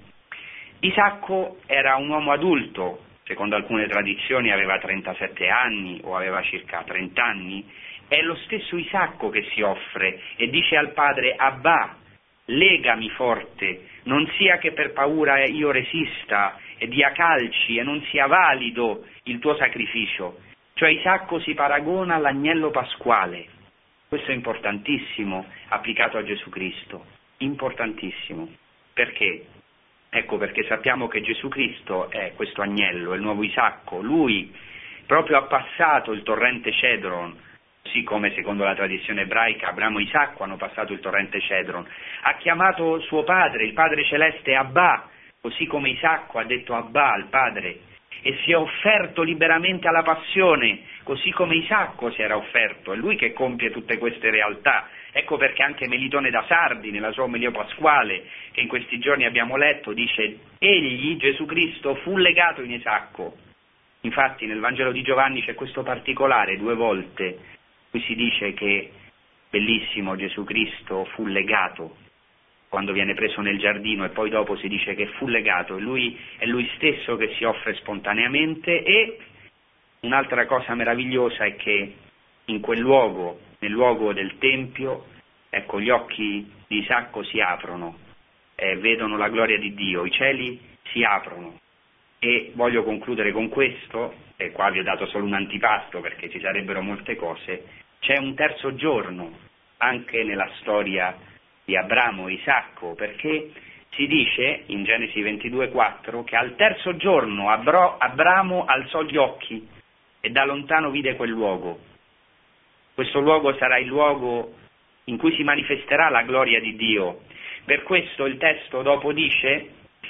Isacco era un uomo adulto, secondo alcune tradizioni aveva trentasette anni o aveva circa trenta anni, è lo stesso Isacco che si offre e dice al padre: Abba, legami forte, non sia che per paura io resista e dia calci e non sia valido il tuo sacrificio. Cioè Isacco si paragona all'agnello pasquale. Questo è importantissimo applicato a Gesù Cristo, importantissimo. Perché? Ecco perché sappiamo che Gesù Cristo è questo agnello, è il nuovo Isacco. Lui proprio ha passato il torrente Cedron, così come secondo la tradizione ebraica Abramo e Isacco hanno passato il torrente Cedron. Ha chiamato suo padre, il Padre Celeste, Abba, così come Isacco ha detto Abba al Padre, e si è offerto liberamente alla passione, così come Isacco si era offerto. È lui che compie tutte queste realtà. Ecco perché anche Melitone da Sardi, nella sua omelia pasquale, che in questi giorni abbiamo letto, dice: egli, Gesù Cristo, fu legato in Isacco. Infatti nel Vangelo di Giovanni c'è questo particolare due volte, qui si dice che, bellissimo, Gesù Cristo fu legato quando viene preso nel giardino, e poi dopo si dice che fu legato, e lui è lui stesso che si offre spontaneamente. E un'altra cosa meravigliosa è che in quel luogo, nel luogo del Tempio, ecco, gli occhi di Isacco si aprono, eh, vedono la gloria di Dio, i cieli si aprono. E voglio concludere con questo, e qua vi ho dato solo un antipasto perché ci sarebbero molte cose. C'è un terzo giorno anche nella storia di Abramo e Isacco, perché si dice in Genesi ventidue quattro che al terzo giorno Abro, Abramo alzò gli occhi e da lontano vide quel luogo. Questo luogo sarà il luogo in cui si manifesterà la gloria di Dio. Per questo il testo dopo dice: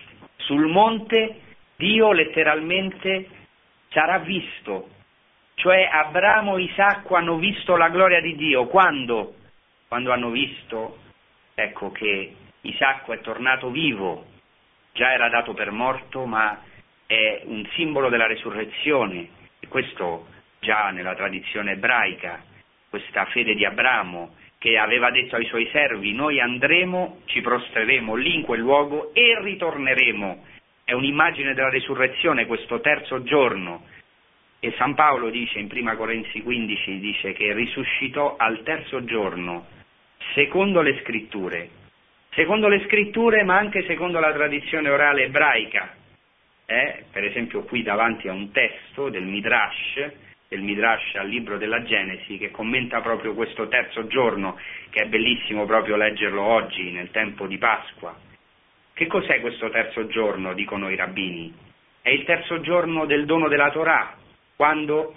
sul monte Dio letteralmente sarà visto. Cioè Abramo e Isacco hanno visto la gloria di Dio. Quando? Quando hanno visto, ecco, che Isacco è tornato vivo, già era dato per morto, ma è un simbolo della resurrezione, e questo già nella tradizione ebraica, questa fede di Abramo che aveva detto ai suoi servi: noi andremo, ci prostreremo lì in quel luogo e ritorneremo. È un'immagine della resurrezione questo terzo giorno. E San Paolo dice in prima Corinzi quindici, dice che risuscitò al terzo giorno, secondo le scritture, secondo le scritture ma anche secondo la tradizione orale ebraica. Eh? Per esempio qui davanti a un testo del Midrash, del Midrash al libro della Genesi, che commenta proprio questo terzo giorno, che è bellissimo proprio leggerlo oggi nel tempo di Pasqua. Che cos'è questo terzo giorno, dicono i rabbini? È il terzo giorno del dono della Torah, quando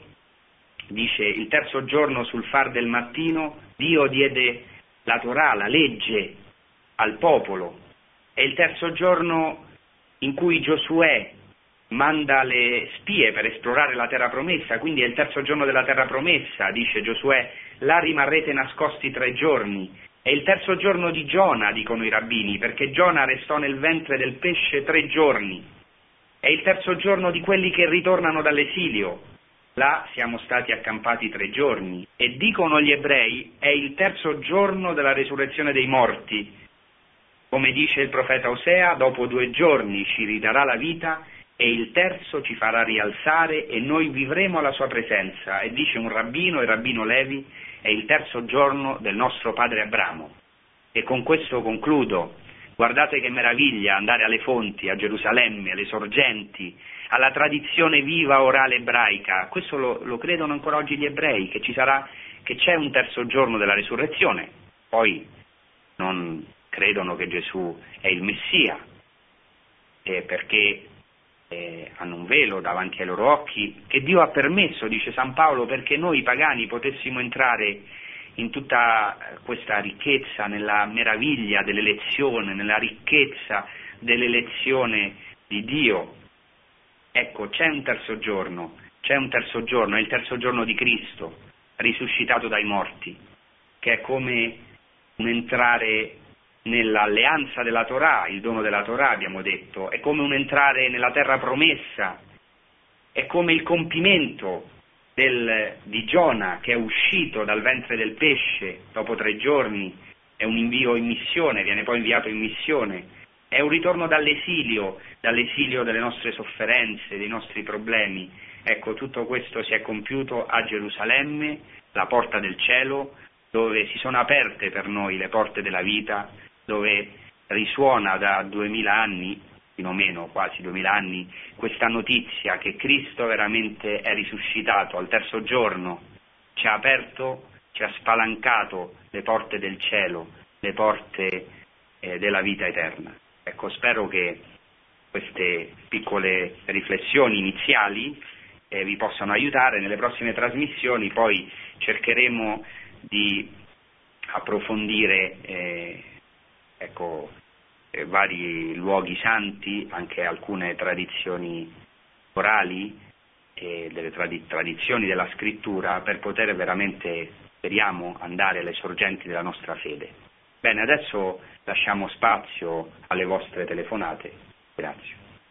dice il terzo giorno sul far del mattino Dio diede la Torah, la legge, al popolo. È il terzo giorno in cui Giosuè manda le spie per esplorare la terra promessa, quindi è il terzo giorno della terra promessa, dice Giosuè, là rimarrete nascosti tre giorni. È il terzo giorno di Giona, dicono i rabbini, perché Giona restò nel ventre del pesce tre giorni. È il terzo giorno di quelli che ritornano dall'esilio. Là siamo stati accampati tre giorni. E dicono gli ebrei, è il terzo giorno della resurrezione dei morti. Come dice il profeta Osea, dopo due giorni ci ridarà la vita e il terzo ci farà rialzare e noi vivremo alla sua presenza. E dice un rabbino, il rabbino Levi, è il terzo giorno del nostro padre Abramo. E con questo concludo. Guardate che meraviglia andare alle fonti, a Gerusalemme, alle sorgenti, alla tradizione viva orale ebraica. Questo lo, lo credono ancora oggi gli ebrei, che ci sarà, che c'è un terzo giorno della risurrezione. Poi non credono che Gesù è il Messia, eh, perché eh, hanno un velo davanti ai loro occhi, che Dio ha permesso, dice San Paolo, perché noi pagani potessimo entrare in tutta questa ricchezza, nella meraviglia dell'elezione, nella ricchezza dell'elezione di Dio. Ecco, c'è un terzo giorno, c'è un terzo giorno, è il terzo giorno di Cristo, risuscitato dai morti, che è come un entrare nell'alleanza della Torah, il dono della Torah abbiamo detto, è come un entrare nella terra promessa, è come il compimento Del, di Giona che è uscito dal ventre del pesce dopo tre giorni, è un invio in missione, viene poi inviato in missione, è un ritorno dall'esilio, dall'esilio delle nostre sofferenze, dei nostri problemi. Ecco, tutto questo si è compiuto a Gerusalemme, la porta del cielo, dove si sono aperte per noi le porte della vita, dove risuona da duemila anni, più o meno quasi duemila anni, questa notizia che Cristo veramente è risuscitato al terzo giorno, ci ha aperto, ci ha spalancato le porte del cielo, le porte eh, della vita eterna. Ecco, spero che queste piccole riflessioni iniziali eh, vi possano aiutare. Nelle prossime trasmissioni poi cercheremo di approfondire eh, ecco, vari luoghi santi, anche alcune tradizioni orali e delle trad- tradizioni della scrittura, per poter veramente, speriamo, andare alle sorgenti della nostra fede. Bene, adesso lasciamo spazio alle vostre telefonate. Grazie.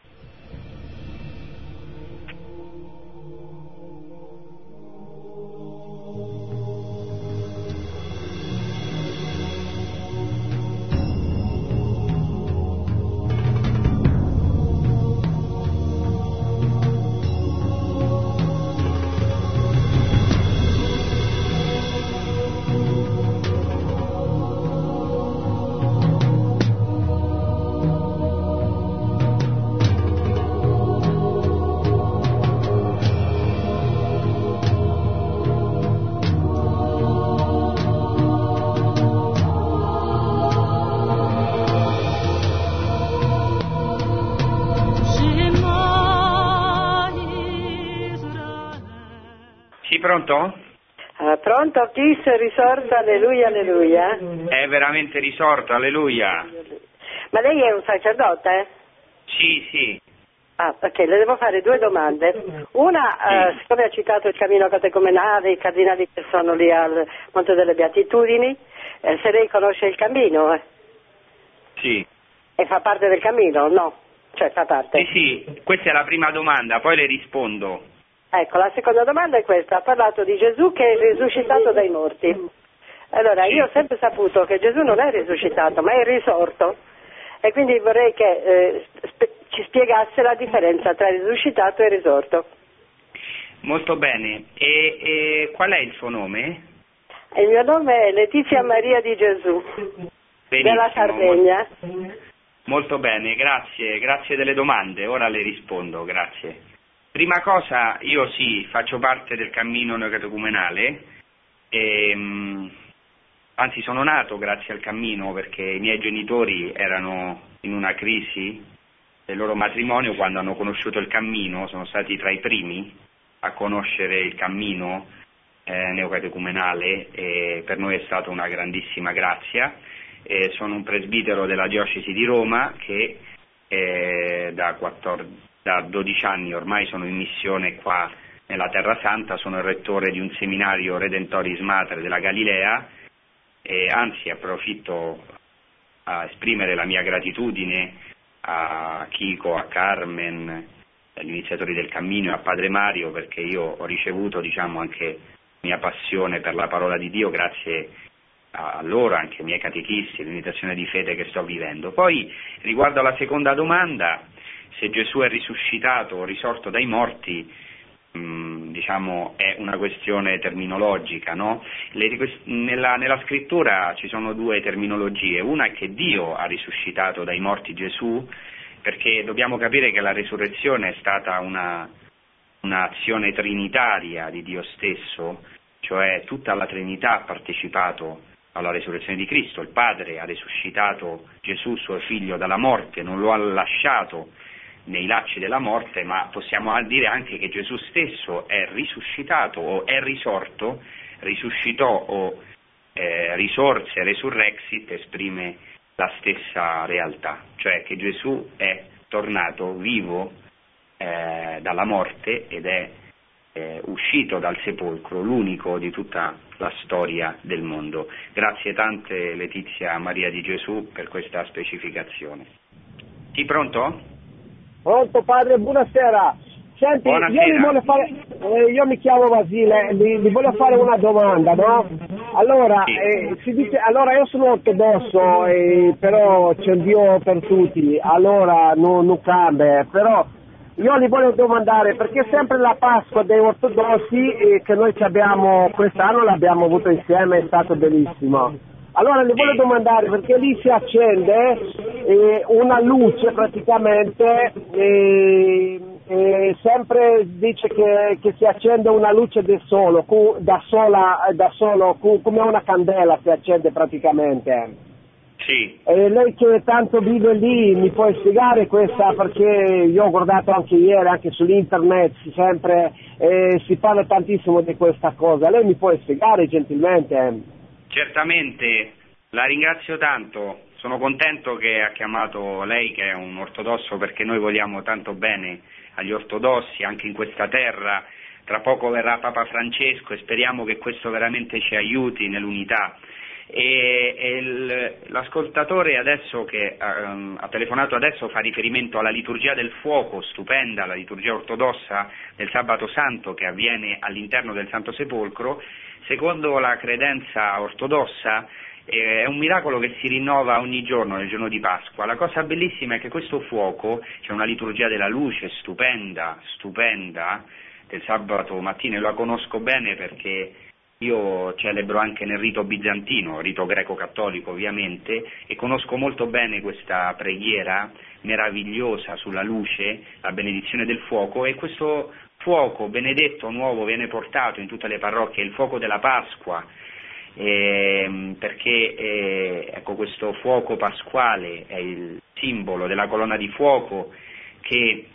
Pronto? Ah, pronto, chi si è risorto, alleluia, alleluia. È veramente risorto, alleluia. Ma lei è un sacerdote? Sì, sì. Ah, ok, le devo fare due domande. Una, sì. uh, siccome ha citato il cammino catecumenale, i cardinali che sono lì al Monte delle Beatitudini, eh, se lei conosce il cammino? Eh? Sì. E fa parte del cammino? No? Cioè fa parte? Sì, sì, questa è la prima domanda, poi le rispondo. Ecco, la seconda domanda è questa. Ha parlato di Gesù che è risuscitato dai morti. Allora, sì. Io ho sempre saputo che Gesù non è risuscitato, ma è risorto. E quindi vorrei che eh, sp- ci spiegasse la differenza tra risuscitato e risorto. Molto bene. E, e qual è il suo nome? Il mio nome è Letizia Maria di Gesù, Benissimo, della Sardegna. Molto, molto bene, grazie, grazie delle domande. Ora le rispondo, grazie. Prima cosa, io sì, faccio parte del cammino neocatecumenale, e, anzi sono nato grazie al cammino perché i miei genitori erano in una crisi del loro matrimonio quando hanno conosciuto il cammino, sono stati tra i primi a conoscere il cammino eh, neocatecumenale e per noi è stata una grandissima grazia. E sono un presbitero della diocesi di Roma che eh, da quattordici Da dodici anni ormai sono in missione qua nella Terra Santa, sono il rettore di un seminario Redentoris Mater della Galilea e anzi approfitto a esprimere la mia gratitudine a Chico, a Carmen, iniziatori del cammino e a Padre Mario, perché io ho ricevuto, diciamo, anche mia passione per la parola di Dio grazie a loro, anche ai miei catechisti, l'imitazione di fede che sto vivendo. Poi, riguardo alla seconda domanda, se Gesù è risuscitato o risorto dai morti, mh, diciamo è una questione terminologica, no? Le, nella, nella scrittura ci sono due terminologie, una è che Dio ha risuscitato dai morti Gesù, perché dobbiamo capire che la resurrezione è stata una, un'azione trinitaria di Dio stesso, cioè tutta la Trinità ha partecipato alla resurrezione di Cristo. Il Padre ha risuscitato Gesù, suo figlio, dalla morte, non lo ha lasciato nei lacci della morte, ma possiamo dire anche che Gesù stesso è risuscitato o è risorto, risuscitò o eh, risorse, resurrexit, esprime la stessa realtà, cioè che Gesù è tornato vivo eh, dalla morte ed è eh, uscito dal sepolcro, l'unico di tutta la storia del mondo. Grazie tante Letizia Maria di Gesù per questa specificazione. Sì, pronto? Pronto padre, buonasera. Senti, buonasera. Io, mi voglio fare, eh, io mi chiamo Vasile, vi, vi voglio fare una domanda, no? Allora, sì. eh, si dice, allora io sono ortodosso, eh, però c'è un Dio per tutti, allora non, non cambia, però io li voglio domandare, perché sempre la Pasqua dei ortodossi eh, che noi ci abbiamo, quest'anno l'abbiamo avuto insieme, è stato bellissimo. Allora le voglio domandare, perché lì si accende eh, una luce praticamente, eh, eh, sempre dice che, che si accende una luce da solo, cu, da sola, da solo cu, come una candela si accende praticamente. Sì. E lei che tanto vive lì mi può spiegare questa, perché io ho guardato anche ieri, anche sull'internet, si, sempre, eh, si parla tantissimo di questa cosa, lei mi può spiegare gentilmente? Certamente, la ringrazio tanto, sono contento che ha chiamato lei che è un ortodosso, perché noi vogliamo tanto bene agli ortodossi anche in questa terra. Tra poco verrà Papa Francesco e speriamo che questo veramente ci aiuti nell'unità. E, e il, l'ascoltatore adesso che um, ha telefonato adesso fa riferimento alla liturgia del fuoco, stupenda, la liturgia ortodossa del Sabato Santo che avviene all'interno del Santo Sepolcro. Secondo la credenza ortodossa eh, è un miracolo che si rinnova ogni giorno nel giorno di Pasqua. La cosa bellissima è che questo fuoco, c'è una liturgia della luce stupenda, stupenda, del sabato mattina, e la conosco bene perché io celebro anche nel rito bizantino, rito greco-cattolico ovviamente, e conosco molto bene questa preghiera meravigliosa sulla luce, la benedizione del fuoco, e questo fuoco benedetto nuovo viene portato in tutte le parrocchie, il fuoco della Pasqua, eh, perché eh, ecco, questo fuoco pasquale è il simbolo della colonna di fuoco che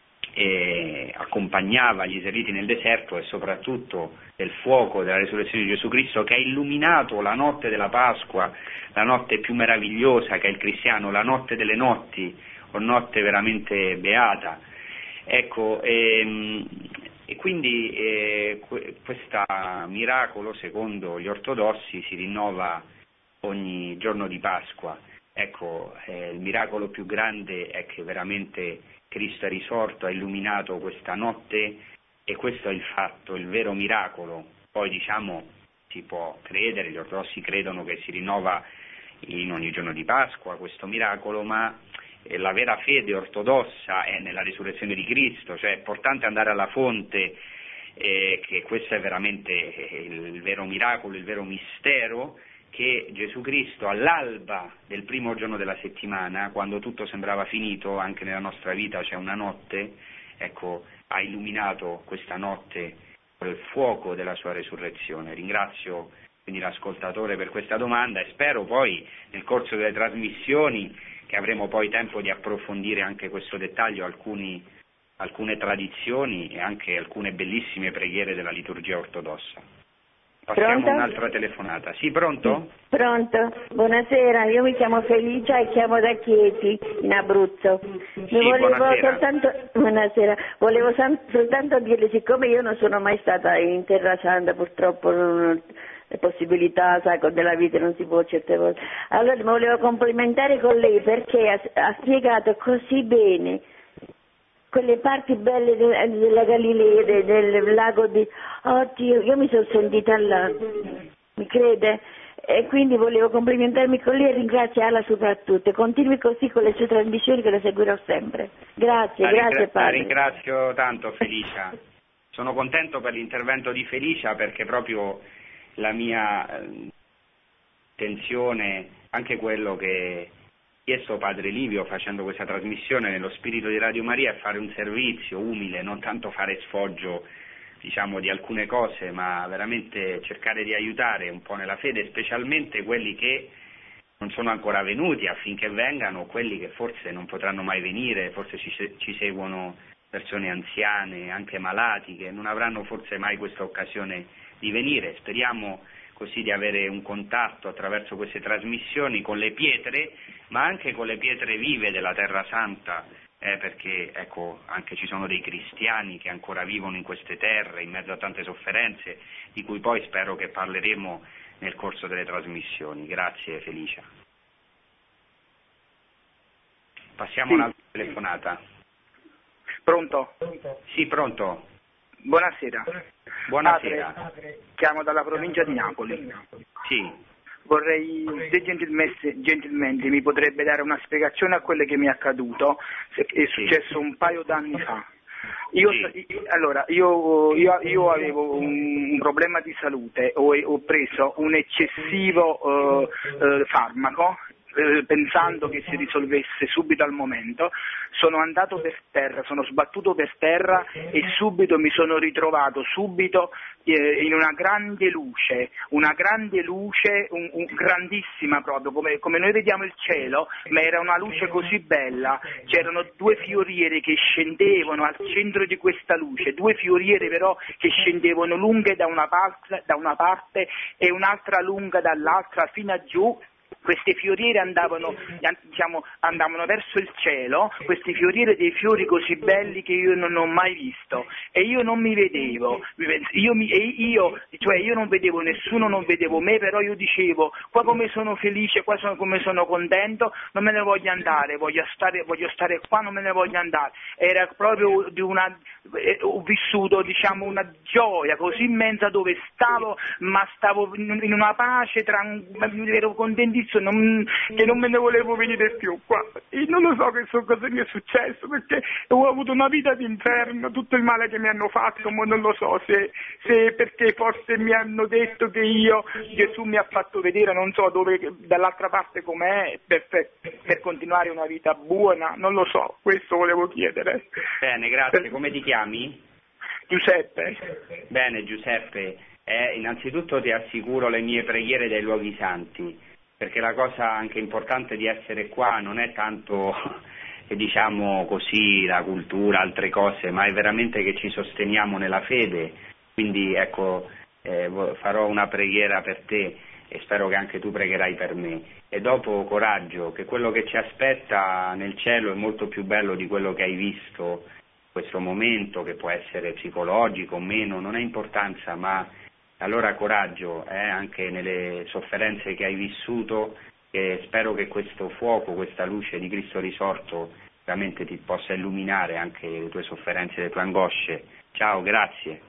eh, accompagnava gli israeliti nel deserto, e soprattutto del fuoco della resurrezione di Gesù Cristo, che ha illuminato la notte della Pasqua, la notte più meravigliosa che è il cristiano, la notte delle notti, o notte veramente beata. Ecco, ehm, e quindi eh, questo miracolo, secondo gli ortodossi, si rinnova ogni giorno di Pasqua. Ecco, eh, il miracolo più grande è che veramente Cristo è risorto, ha illuminato questa notte, e questo è il fatto, il vero miracolo. Poi diciamo si può credere, gli ortodossi credono che si rinnova in ogni giorno di Pasqua questo miracolo, ma la vera fede ortodossa è nella risurrezione di Cristo, cioè è importante andare alla fonte, eh, che questo è veramente il vero miracolo, il vero mistero, che Gesù Cristo all'alba del primo giorno della settimana, quando tutto sembrava finito, anche nella nostra vita c'è una notte, ecco, ha illuminato questa notte con il fuoco della sua resurrezione. Ringrazio quindi l'ascoltatore per questa domanda e spero poi nel corso delle trasmissioni che avremo poi tempo di approfondire anche questo dettaglio, alcuni, alcune tradizioni e anche alcune bellissime preghiere della liturgia ortodossa. Passiamo a un'altra telefonata. Sì, pronto? Pronto, buonasera, io mi chiamo Felicia e chiamo da Chieti, in Abruzzo. Sì, volevo buonasera. soltanto, buonasera, volevo san, soltanto dirle, siccome io non sono mai stata in Terra Santa, purtroppo non, le possibilità, sai, con della vita non si può certe volte. Allora mi volevo complimentare con lei perché ha, ha spiegato così bene quelle parti belle de, della Galilea, de, del lago di... Oddio, io mi sono sentita là, mi crede? E quindi volevo complimentarmi con lei e ringraziarla soprattutto. Continui così con le sue trasmissioni che le seguirò sempre. Grazie, la grazie ringra- padre. La ringrazio tanto Felicia. Sono contento per l'intervento di Felicia perché proprio la mia eh, intenzione, anche quello che ha chiesto Padre Livio facendo questa trasmissione nello spirito di Radio Maria, è fare un servizio umile, non tanto fare sfoggio diciamo di alcune cose, ma veramente cercare di aiutare un po' nella fede, specialmente quelli che non sono ancora venuti, affinché vengano, quelli che forse non potranno mai venire, forse ci, ci seguono persone anziane, anche malati, che non avranno forse mai questa occasione di venire. Speriamo così di avere un contatto attraverso queste trasmissioni con le pietre, ma anche con le pietre vive della Terra Santa, eh, perché ecco, anche ci sono dei cristiani che ancora vivono in queste terre, in mezzo a tante sofferenze, di cui poi spero che parleremo nel corso delle trasmissioni. Grazie Felicia. Passiamo sì. Un'altra telefonata. Pronto? Sì, pronto. Buonasera. Buonasera. Padre, chiamo dalla provincia di Napoli. Sì. Vorrei, se gentilmente, gentilmente mi potrebbe dare una spiegazione a quello che mi è accaduto, è successo un paio d'anni fa. Io, sì. Allora, io, io, io avevo un, un problema di salute, ho, ho preso un eccessivo eh, eh, farmaco, eh, pensando che si risolvesse subito al momento. Sono andato per terra, sono sbattuto per terra e subito mi sono ritrovato subito eh, in una grande luce, una grande luce, un, un, grandissima proprio, come, come noi vediamo il cielo, ma era una luce così bella. C'erano due fioriere che scendevano al centro di questa luce, due fioriere però che scendevano lunghe da una parte, da una parte e un'altra lunga dall'altra fino a giù. Queste fioriere andavano, diciamo, andavano verso il cielo, queste fioriere dei fiori così belli che io non ho mai visto, e io non mi vedevo, io, mi, e io, cioè io non vedevo nessuno, non vedevo me, però io dicevo, qua come sono felice, qua sono, come sono contento, non me ne voglio andare, voglio stare, voglio stare qua, non me ne voglio andare. Era proprio di una, eh, ho vissuto, diciamo, una gioia così immensa dove stavo, ma stavo in una pace, tranquilla, ero contentissimo. Non, che non me ne volevo venire più qua. E non lo so che so cosa mi è successo, perché ho avuto una vita d'inferno, tutto il male che mi hanno fatto, ma non lo so se, se perché forse mi hanno detto che io, Gesù mi ha fatto vedere, non so dove, dall'altra parte com'è, per, per, per continuare una vita buona, non lo so, questo volevo chiedere. Bene, grazie. Come ti chiami? Giuseppe. Bene Giuseppe, eh, innanzitutto ti assicuro le mie preghiere dai luoghi santi, perché la cosa anche importante di essere qua non è tanto, diciamo così, la cultura, altre cose, ma è veramente che ci sosteniamo nella fede. Quindi ecco, eh, farò una preghiera per te e spero che anche tu pregherai per me. E dopo coraggio, che quello che ci aspetta nel cielo è molto più bello di quello che hai visto in questo momento, che può essere psicologico o meno, non ha importanza, ma allora coraggio, eh, anche nelle sofferenze che hai vissuto, e spero che questo fuoco, questa luce di Cristo risorto veramente ti possa illuminare anche le tue sofferenze, le tue angosce. Ciao, grazie.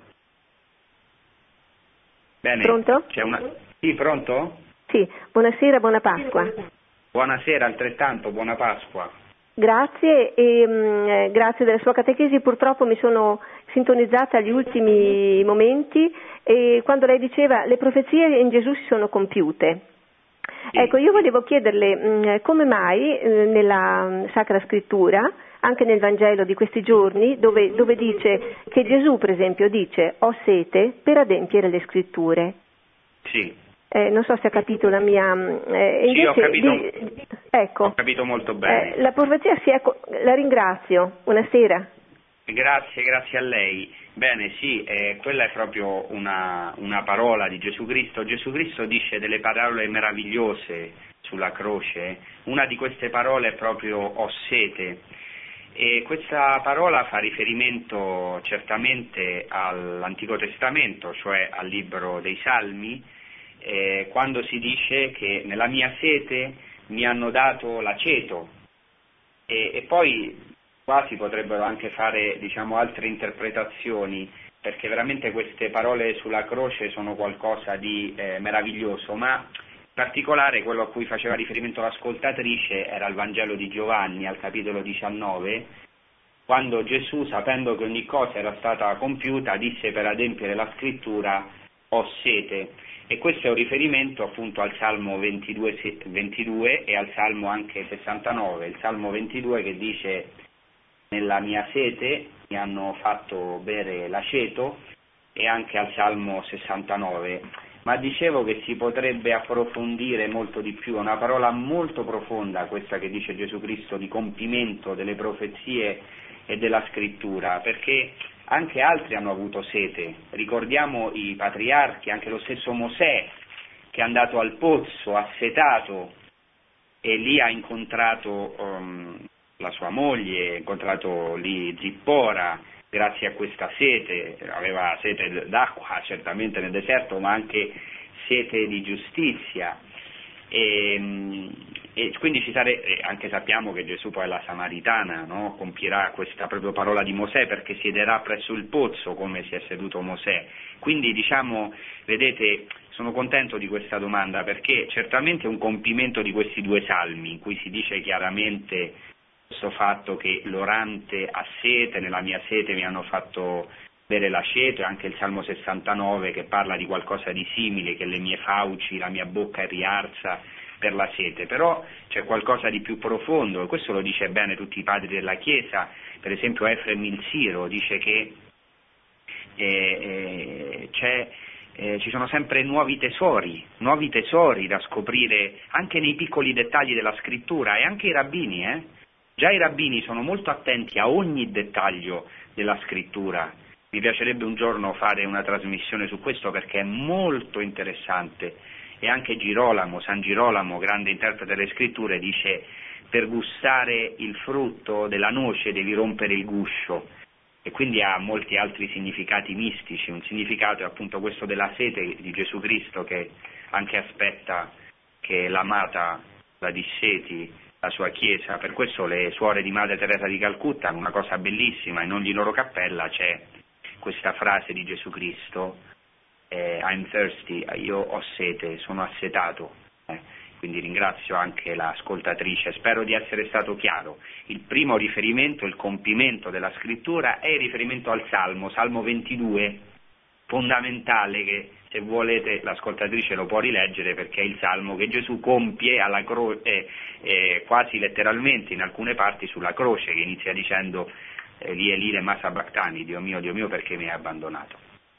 Bene. Pronto? C'è una... Sì, pronto? Sì, buonasera, buona Pasqua. Buonasera, altrettanto, buona Pasqua. Grazie e mh, grazie della sua catechesi. Purtroppo mi sono sintonizzata agli ultimi momenti e quando lei diceva le profezie in Gesù si sono compiute. Sì. Ecco, io volevo chiederle mh, come mai eh, nella mh, Sacra Scrittura, anche nel Vangelo di questi giorni, dove, dove dice che Gesù per esempio dice ho sete per adempiere le Scritture. Sì. Eh, non so se ha capito la mia... Eh, sì, ho capito, di, ecco, ho capito molto bene. Eh, la profezia si è... La ringrazio, buonasera. Grazie, grazie a lei. Bene, sì, eh, quella è proprio una, una parola di Gesù Cristo. Gesù Cristo dice delle parole meravigliose sulla croce. Una di queste parole è proprio ho sete. E questa parola fa riferimento certamente all'Antico Testamento, cioè al libro dei Salmi, Eh, quando si dice che nella mia sete mi hanno dato l'aceto e, e poi qua si potrebbero anche fare, diciamo, altre interpretazioni, perché veramente queste parole sulla croce sono qualcosa di eh, meraviglioso, ma in particolare quello a cui faceva riferimento l'ascoltatrice era il Vangelo di Giovanni, al capitolo diciannove, quando Gesù, sapendo che ogni cosa era stata compiuta, disse per adempiere la scrittura: ho sete. E questo è un riferimento appunto al Salmo ventidue, ventidue e al Salmo anche sessantanove, il Salmo ventidue che dice: nella mia sete mi hanno fatto bere l'aceto, e anche al Salmo sessantanove. Ma dicevo che si potrebbe approfondire molto di più, è una parola molto profonda questa che dice Gesù Cristo, di compimento delle profezie e della scrittura, perché anche altri hanno avuto sete. Ricordiamo i patriarchi, anche lo stesso Mosè che è andato al pozzo assetato e lì ha incontrato um, la sua moglie, ha incontrato lì Zippora grazie a questa sete, aveva sete d'acqua certamente nel deserto, ma anche sete di giustizia. E, e quindi ci sarebbe, anche sappiamo che Gesù poi la Samaritana, no? Compierà questa proprio parola di Mosè, perché siederà presso il pozzo come si è seduto Mosè. Quindi diciamo, vedete, sono contento di questa domanda, perché certamente è un compimento di questi due salmi in cui si dice chiaramente questo fatto che l'orante ha sete, nella mia sete mi hanno fatto bere l'aceto, e anche il Salmo sessantanove che parla di qualcosa di simile, che le mie fauci, la mia bocca riarsa per la sete. Però c'è qualcosa di più profondo, e questo lo dice bene tutti i padri della Chiesa. Per esempio Efrem il Siro dice che eh, eh, c'è, eh, ci sono sempre nuovi tesori, nuovi tesori da scoprire anche nei piccoli dettagli della scrittura, e anche i rabbini, eh? Già i rabbini sono molto attenti a ogni dettaglio della scrittura. Mi piacerebbe un giorno fare una trasmissione su questo, perché è molto interessante. E anche Girolamo, San Girolamo, grande interprete delle scritture, dice: per gustare il frutto della noce devi rompere il guscio. E quindi ha molti altri significati mistici. Un significato è appunto questo della sete di Gesù Cristo, che anche aspetta che l'amata la disseti la sua Chiesa. Per questo le suore di Madre Teresa di Calcutta hanno una cosa bellissima: in ogni loro cappella c'è questa frase di Gesù Cristo, eh, I'm thirsty, io ho sete, sono assetato. Eh. Quindi ringrazio anche l'ascoltatrice, spero di essere stato chiaro. Il primo riferimento, il compimento della scrittura, è il riferimento al Salmo, Salmo ventidue, fondamentale, che se volete l'ascoltatrice lo può rileggere, perché è il Salmo che Gesù compie alla croce, eh, eh, quasi letteralmente in alcune parti sulla croce, che inizia dicendo Eli Eli lema sabachthani, Dio mio, Dio mio, perché mi hai abbandonato.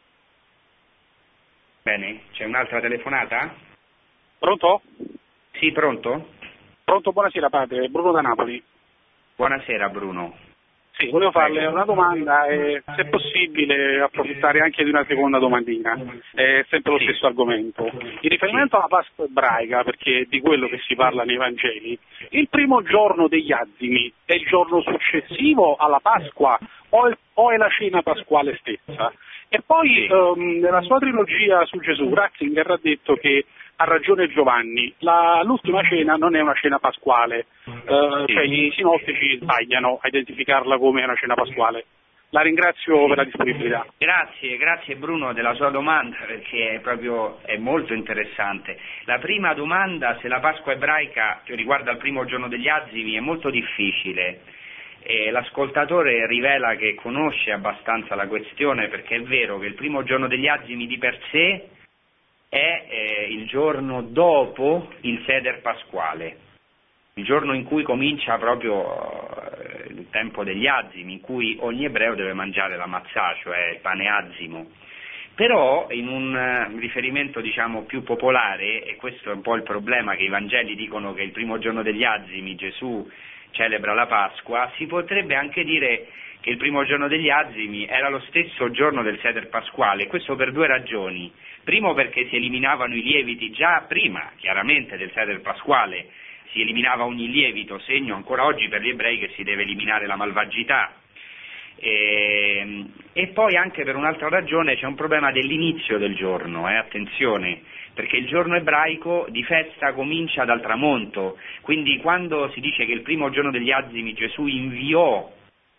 Bene, c'è un'altra telefonata? Pronto? Sì, pronto? Pronto, buonasera padre, Bruno da Napoli. Buonasera Bruno. Sì, volevo farle una domanda e se è possibile approfittare anche di una seconda domandina, è sempre lo sì. stesso argomento. In riferimento alla Pasqua ebraica, perché è di quello che si parla nei Vangeli, il primo giorno degli azimi è il giorno successivo alla Pasqua o è, o è la cena pasquale stessa? E poi sì. um, nella sua trilogia su Gesù, Ratzinger ha detto che ha ragione Giovanni, la, l'ultima cena non è una cena pasquale, uh, sì. cioè i sinottici sbagliano a identificarla come una cena pasquale. La ringrazio sì. per la disponibilità. Grazie, grazie Bruno della sua domanda, perché è proprio è molto interessante. La prima domanda, se la Pasqua ebraica, che riguarda il primo giorno degli azimi, è molto difficile. E l'ascoltatore rivela che conosce abbastanza la questione, perché è vero che il primo giorno degli azimi di per sé è eh, il giorno dopo il Seder pasquale, il giorno in cui comincia proprio eh, il tempo degli azimi, in cui ogni ebreo deve mangiare la matzah, cioè il pane azimo. Però in un uh, riferimento diciamo più popolare, e questo è un po' il problema, che i Vangeli dicono che il primo giorno degli azimi Gesù celebra la Pasqua, si potrebbe anche dire che il primo giorno degli azimi era lo stesso giorno del Seder pasquale, questo per due ragioni. Primo, perché si eliminavano i lieviti già prima, chiaramente, del Seder pasquale, si eliminava ogni lievito, segno ancora oggi per gli ebrei che si deve eliminare la malvagità. E, e poi anche per un'altra ragione c'è un problema dell'inizio del giorno, eh, attenzione, perché il giorno ebraico di festa comincia dal tramonto, quindi quando si dice che il primo giorno degli azimi Gesù inviò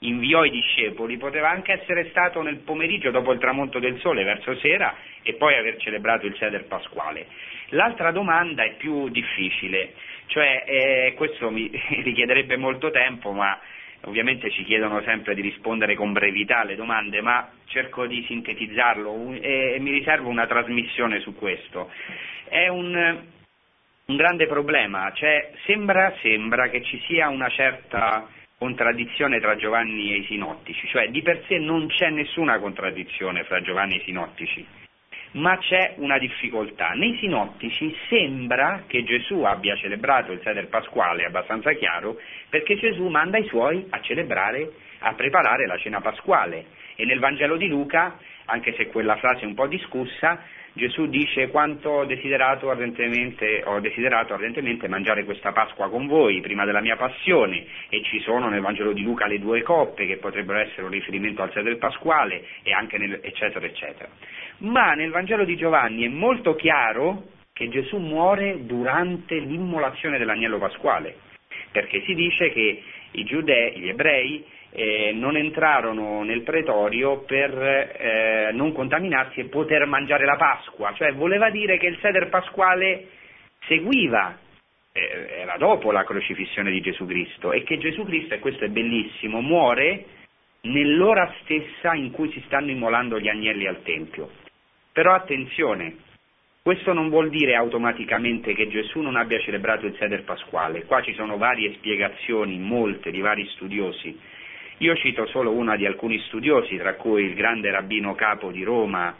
inviò i discepoli poteva anche essere stato nel pomeriggio dopo il tramonto del sole, verso sera, e poi aver celebrato il Seder pasquale. L'altra domanda è più difficile, cioè eh, questo mi richiederebbe molto tempo, ma ovviamente ci chiedono sempre di rispondere con brevità alle domande, ma cerco di sintetizzarlo e, e mi riservo una trasmissione su questo. È un, un grande problema, cioè sembra, sembra che ci sia una certa contraddizione tra Giovanni e i sinottici, cioè di per sé non c'è nessuna contraddizione fra Giovanni e i sinottici, ma c'è una difficoltà. Nei sinottici sembra che Gesù abbia celebrato il Seder pasquale, abbastanza chiaro, perché Gesù manda i suoi a celebrare, a preparare la cena pasquale, e nel Vangelo di Luca, anche se quella frase è un po' discussa, Gesù dice: quanto ho desiderato ardentemente, ho desiderato ardentemente mangiare questa Pasqua con voi prima della mia passione, e ci sono nel Vangelo di Luca le due coppe che potrebbero essere un riferimento al Seder pasquale, e anche nel, eccetera eccetera. Ma nel Vangelo di Giovanni è molto chiaro che Gesù muore durante l'immolazione dell'agnello pasquale, perché si dice che i giudei, gli ebrei, Eh, non entrarono nel pretorio per eh, non contaminarsi e poter mangiare la Pasqua, cioè voleva dire che il Seder pasquale seguiva, eh, era dopo la crocifissione di Gesù Cristo, e che Gesù Cristo, e questo è bellissimo, muore nell'ora stessa in cui si stanno immolando gli agnelli al Tempio. Però attenzione, questo non vuol dire automaticamente che Gesù non abbia celebrato il Seder pasquale. Qua ci sono varie spiegazioni, molte, di vari studiosi. Io cito solo una di alcuni studiosi, tra cui il grande rabbino capo di Roma,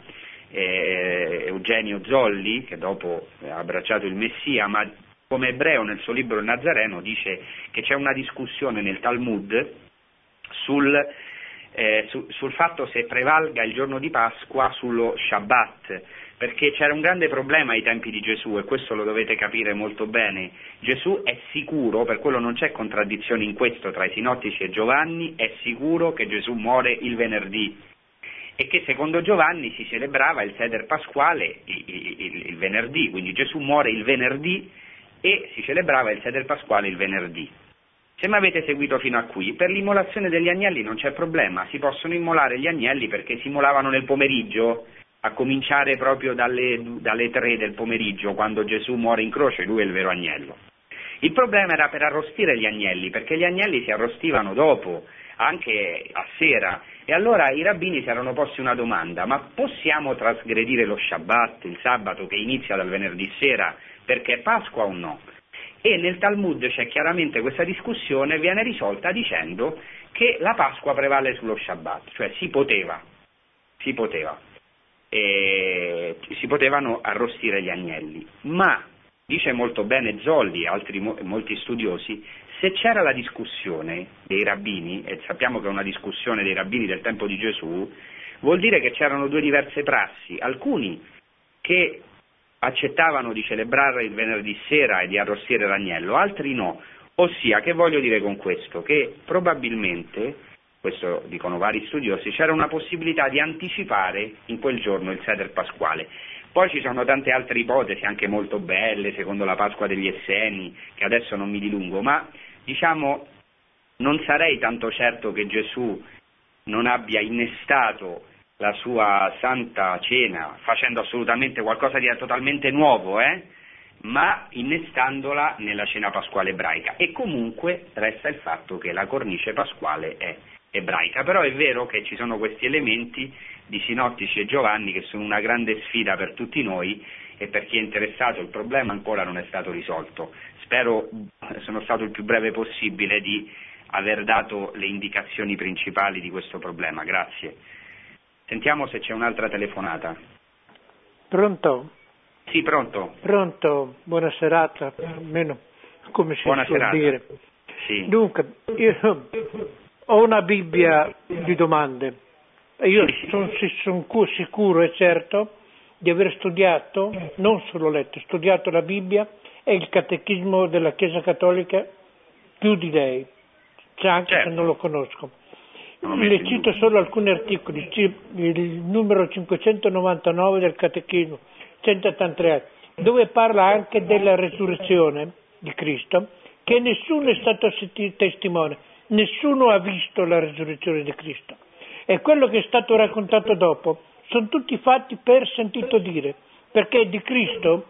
eh, Eugenio Zolli, che dopo ha abbracciato il Messia, ma come ebreo nel suo libro Il Nazareno dice che c'è una discussione nel Talmud sul, eh, su, sul fatto se prevalga il giorno di Pasqua sullo Shabbat, perché c'era un grande problema ai tempi di Gesù, e questo lo dovete capire molto bene. Gesù è sicuro, per quello non c'è contraddizione in questo tra i sinottici e Giovanni, è sicuro che Gesù muore il venerdì, e che secondo Giovanni si celebrava il Seder pasquale il, il, il venerdì, quindi Gesù muore il venerdì e si celebrava il Seder pasquale il venerdì. Se mi avete seguito fino a qui, per l'immolazione degli agnelli non c'è problema, si possono immolare gli agnelli perché si immolavano nel pomeriggio, a cominciare proprio dalle, dalle tre del pomeriggio, quando Gesù muore in croce, lui è il vero agnello. Il problema era per arrostire gli agnelli, perché gli agnelli si arrostivano dopo, anche a sera, e allora i rabbini si erano posti una domanda: ma possiamo trasgredire lo Shabbat, il sabato che inizia dal venerdì sera, perché è Pasqua o no? E nel Talmud c'è chiaramente questa discussione, viene risolta dicendo che la Pasqua prevale sullo Shabbat, cioè si poteva, si poteva. E si potevano arrostire gli agnelli, ma dice molto bene Zolli e altri molti studiosi, se c'era la discussione dei rabbini, e sappiamo che è una discussione dei rabbini del tempo di Gesù, vuol dire che c'erano due diverse prassi, alcuni che accettavano di celebrare il venerdì sera e di arrostire l'agnello, altri no. Ossia, che voglio dire con questo? Che probabilmente, questo dicono vari studiosi, c'era una possibilità di anticipare in quel giorno il Seder pasquale. Poi ci sono tante altre ipotesi, anche molto belle, secondo la Pasqua degli Esseni, che adesso non mi dilungo, ma diciamo non sarei tanto certo che Gesù non abbia innestato la sua Santa Cena facendo assolutamente qualcosa di totalmente nuovo, eh? ma innestandola nella cena pasquale ebraica. E comunque resta il fatto che la cornice pasquale è ebraica, però è vero che ci sono questi elementi di Sinottici e Giovanni che sono una grande sfida per tutti noi, e per chi è interessato il problema ancora non è stato risolto. Spero, sono stato il più breve possibile, di aver dato le indicazioni principali di questo problema. Grazie. Sentiamo se c'è un'altra telefonata. Pronto? Sì, pronto. Pronto, buona serata, almeno come si buona suol serata. dire. Sì. Dunque, io ho una Bibbia di domande e io sì. sono son sicuro e certo di aver studiato, non solo letto, studiato la Bibbia e il catechismo della Chiesa Cattolica più di lei, cioè anche certo. se non lo conosco. Non Le cito solo alcuni articoli, il numero cinquecentonovantanove del catechismo, centottantatré, dove parla anche della resurrezione di Cristo, che nessuno è stato testimone, nessuno ha visto la risurrezione di Cristo. E quello che è stato raccontato dopo sono tutti fatti per sentito dire, perché di Cristo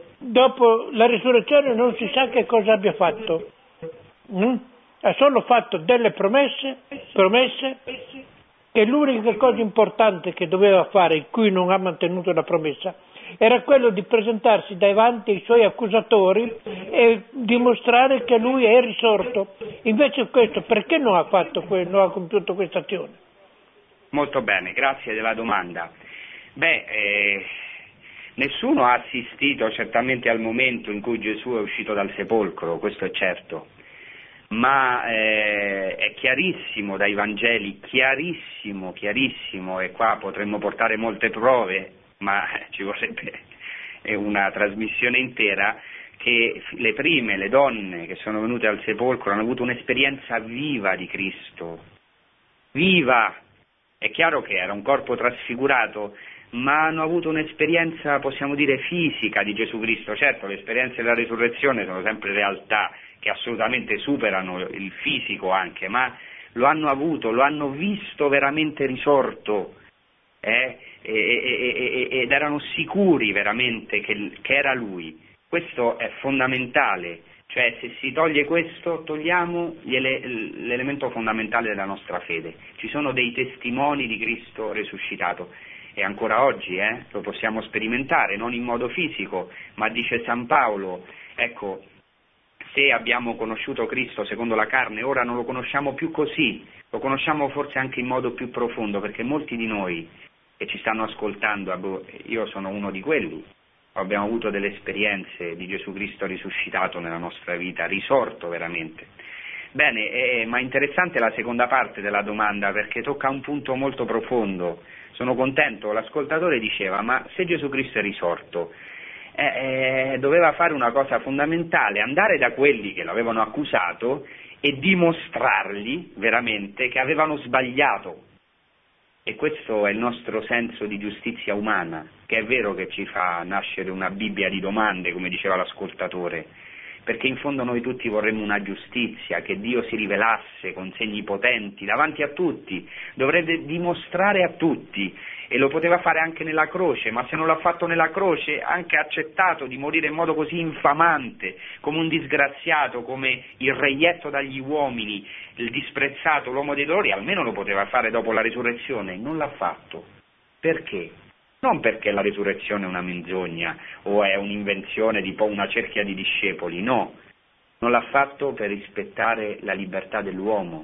dopo la risurrezione non si sa che cosa abbia fatto. Mm? Ha solo fatto delle promesse, promesse che l'unica cosa importante che doveva fare, in cui non ha mantenuto la promessa, era quello di presentarsi davanti ai suoi accusatori e dimostrare che lui è risorto. Invece questo, perché non ha fatto non ha compiuto questa azione? Molto bene, grazie della domanda. Beh, eh, nessuno ha assistito certamente al momento in cui Gesù è uscito dal sepolcro, questo è certo, ma eh, è chiarissimo dai Vangeli, chiarissimo, chiarissimo, e qua potremmo portare molte prove, ma ci vorrebbe una trasmissione intera, che le prime, le donne che sono venute al sepolcro hanno avuto un'esperienza viva di Cristo, viva. È chiaro che era un corpo trasfigurato, ma hanno avuto un'esperienza, possiamo dire, fisica di Gesù Cristo. Certo, le esperienze della risurrezione sono sempre realtà che assolutamente superano il fisico anche, ma lo hanno avuto, lo hanno visto veramente risorto, eh? e, e, e, ed erano sicuri veramente che, che era Lui. Questo è fondamentale. Cioè, se si toglie questo, togliamo ele- l'elemento fondamentale della nostra fede. Ci sono dei testimoni di Cristo resuscitato e ancora oggi eh, lo possiamo sperimentare, non in modo fisico, ma dice San Paolo, ecco, se abbiamo conosciuto Cristo secondo la carne, ora non lo conosciamo più così, lo conosciamo forse anche in modo più profondo, perché molti di noi che ci stanno ascoltando, io sono uno di quelli, abbiamo avuto delle esperienze di Gesù Cristo risuscitato nella nostra vita, risorto veramente. Bene, eh, ma interessante la seconda parte della domanda, perché tocca un punto molto profondo. Sono contento, l'ascoltatore diceva, ma se Gesù Cristo è risorto, eh, eh, doveva fare una cosa fondamentale, andare da quelli che l'avevano accusato e dimostrargli veramente che avevano sbagliato. E questo è il nostro senso di giustizia umana, che è vero che ci fa nascere una Bibbia di domande, come diceva l'ascoltatore, perché in fondo noi tutti vorremmo una giustizia, che Dio si rivelasse con segni potenti davanti a tutti, dovrebbe dimostrare a tutti, e lo poteva fare anche nella croce, ma se non l'ha fatto nella croce, anche accettato di morire in modo così infamante, come un disgraziato, come il reietto dagli uomini, il disprezzato, l'uomo dei dolori, almeno lo poteva fare dopo la risurrezione, non l'ha fatto. Perché? Non perché la risurrezione è una menzogna o è un'invenzione di una cerchia di discepoli, no, non l'ha fatto per rispettare la libertà dell'uomo,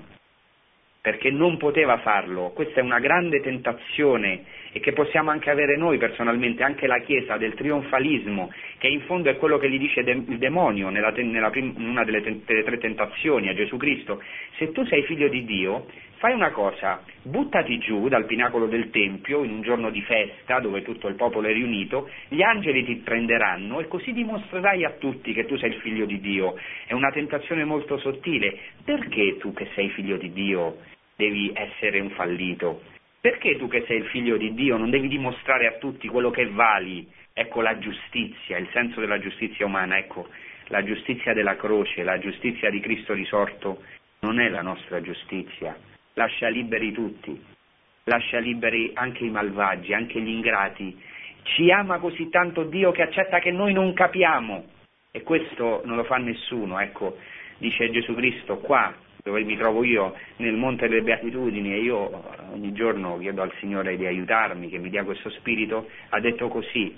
perché non poteva farlo. Questa è una grande tentazione e che possiamo anche avere noi personalmente, anche la Chiesa, del trionfalismo, che in fondo è quello che gli dice il demonio nella, nella prim, una delle, ten, delle tre tentazioni a Gesù Cristo. Se tu sei figlio di Dio, fai una cosa, buttati giù dal pinacolo del Tempio in un giorno di festa dove tutto il popolo è riunito, gli angeli ti prenderanno e così dimostrerai a tutti che tu sei il figlio di Dio. È una tentazione molto sottile. Perché tu che sei figlio di Dio devi essere un fallito? Perché tu che sei il figlio di Dio non devi dimostrare a tutti quello che vali? Ecco la giustizia, il senso della giustizia umana, ecco la giustizia della croce, la giustizia di Cristo risorto non è la nostra giustizia. Lascia liberi tutti, lascia liberi anche i malvagi, anche gli ingrati. Ci ama così tanto Dio che accetta che noi non capiamo, e questo non lo fa nessuno. Ecco, dice Gesù Cristo qua, dove mi trovo io, nel Monte delle Beatitudini, e io ogni giorno chiedo al Signore di aiutarmi, che mi dia questo spirito, ha detto così,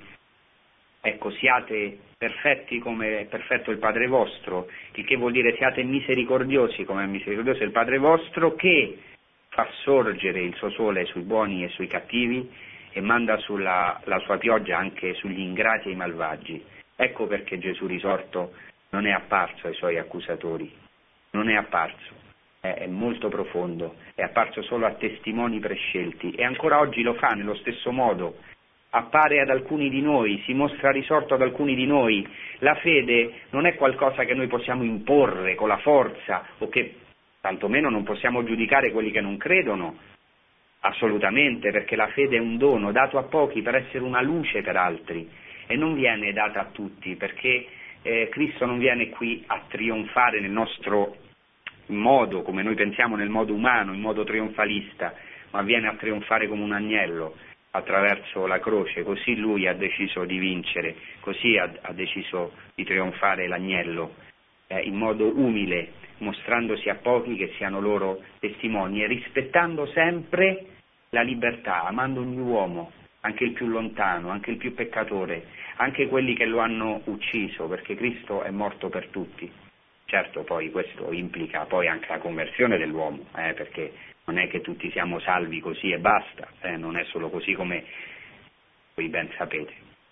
ecco, siate perfetti come è perfetto il Padre vostro, il che vuol dire siate misericordiosi come è misericordioso il Padre vostro, che fa sorgere il suo sole sui buoni e sui cattivi e manda sulla, la sua pioggia anche sugli ingrati e i malvagi. Ecco perché Gesù risorto non è apparso ai suoi accusatori, non è apparso, è, è molto profondo, è apparso solo a testimoni prescelti e ancora oggi lo fa nello stesso modo. Appare ad alcuni di noi, si mostra risorto ad alcuni di noi. La fede non è qualcosa che noi possiamo imporre con la forza o che tantomeno non possiamo giudicare quelli che non credono, assolutamente, perché la fede è un dono dato a pochi per essere una luce per altri e non viene data a tutti, perché eh, Cristo non viene qui a trionfare nel nostro modo, come noi pensiamo, nel modo umano, in modo trionfalista, ma viene a trionfare come un agnello attraverso la croce. Così lui ha deciso di vincere, così ha, ha deciso di trionfare l'agnello, eh, in modo umile, mostrandosi a pochi che siano loro testimoni e rispettando sempre la libertà, amando ogni uomo, anche il più lontano, anche il più peccatore, anche quelli che lo hanno ucciso, perché Cristo è morto per tutti. Certo, poi questo implica poi anche la conversione dell'uomo, eh, perché non è che tutti siamo salvi così e basta, eh, non è solo così come voi ben sapete.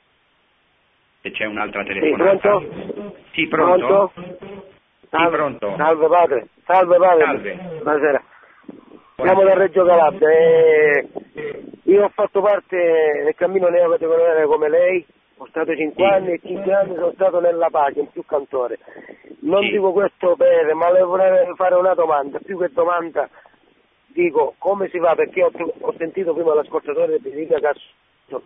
Se c'è un'altra telefonata. Sì, pronto? Sì, pronto? Pronto? Sì, pronto? Salve padre, salve padre. Salve. Buonasera. Siamo da Reggio Calabria e io ho fatto parte del cammino neocatecumenale come lei, ho stato cinque sì. anni e cinque anni sono stato nella pace, in più cantore. Non sì. dico questo per, ma le vorrei fare una domanda, più che domanda dico come si fa, perché ho, ho sentito prima l'ascoltatore di Liga Cazzo,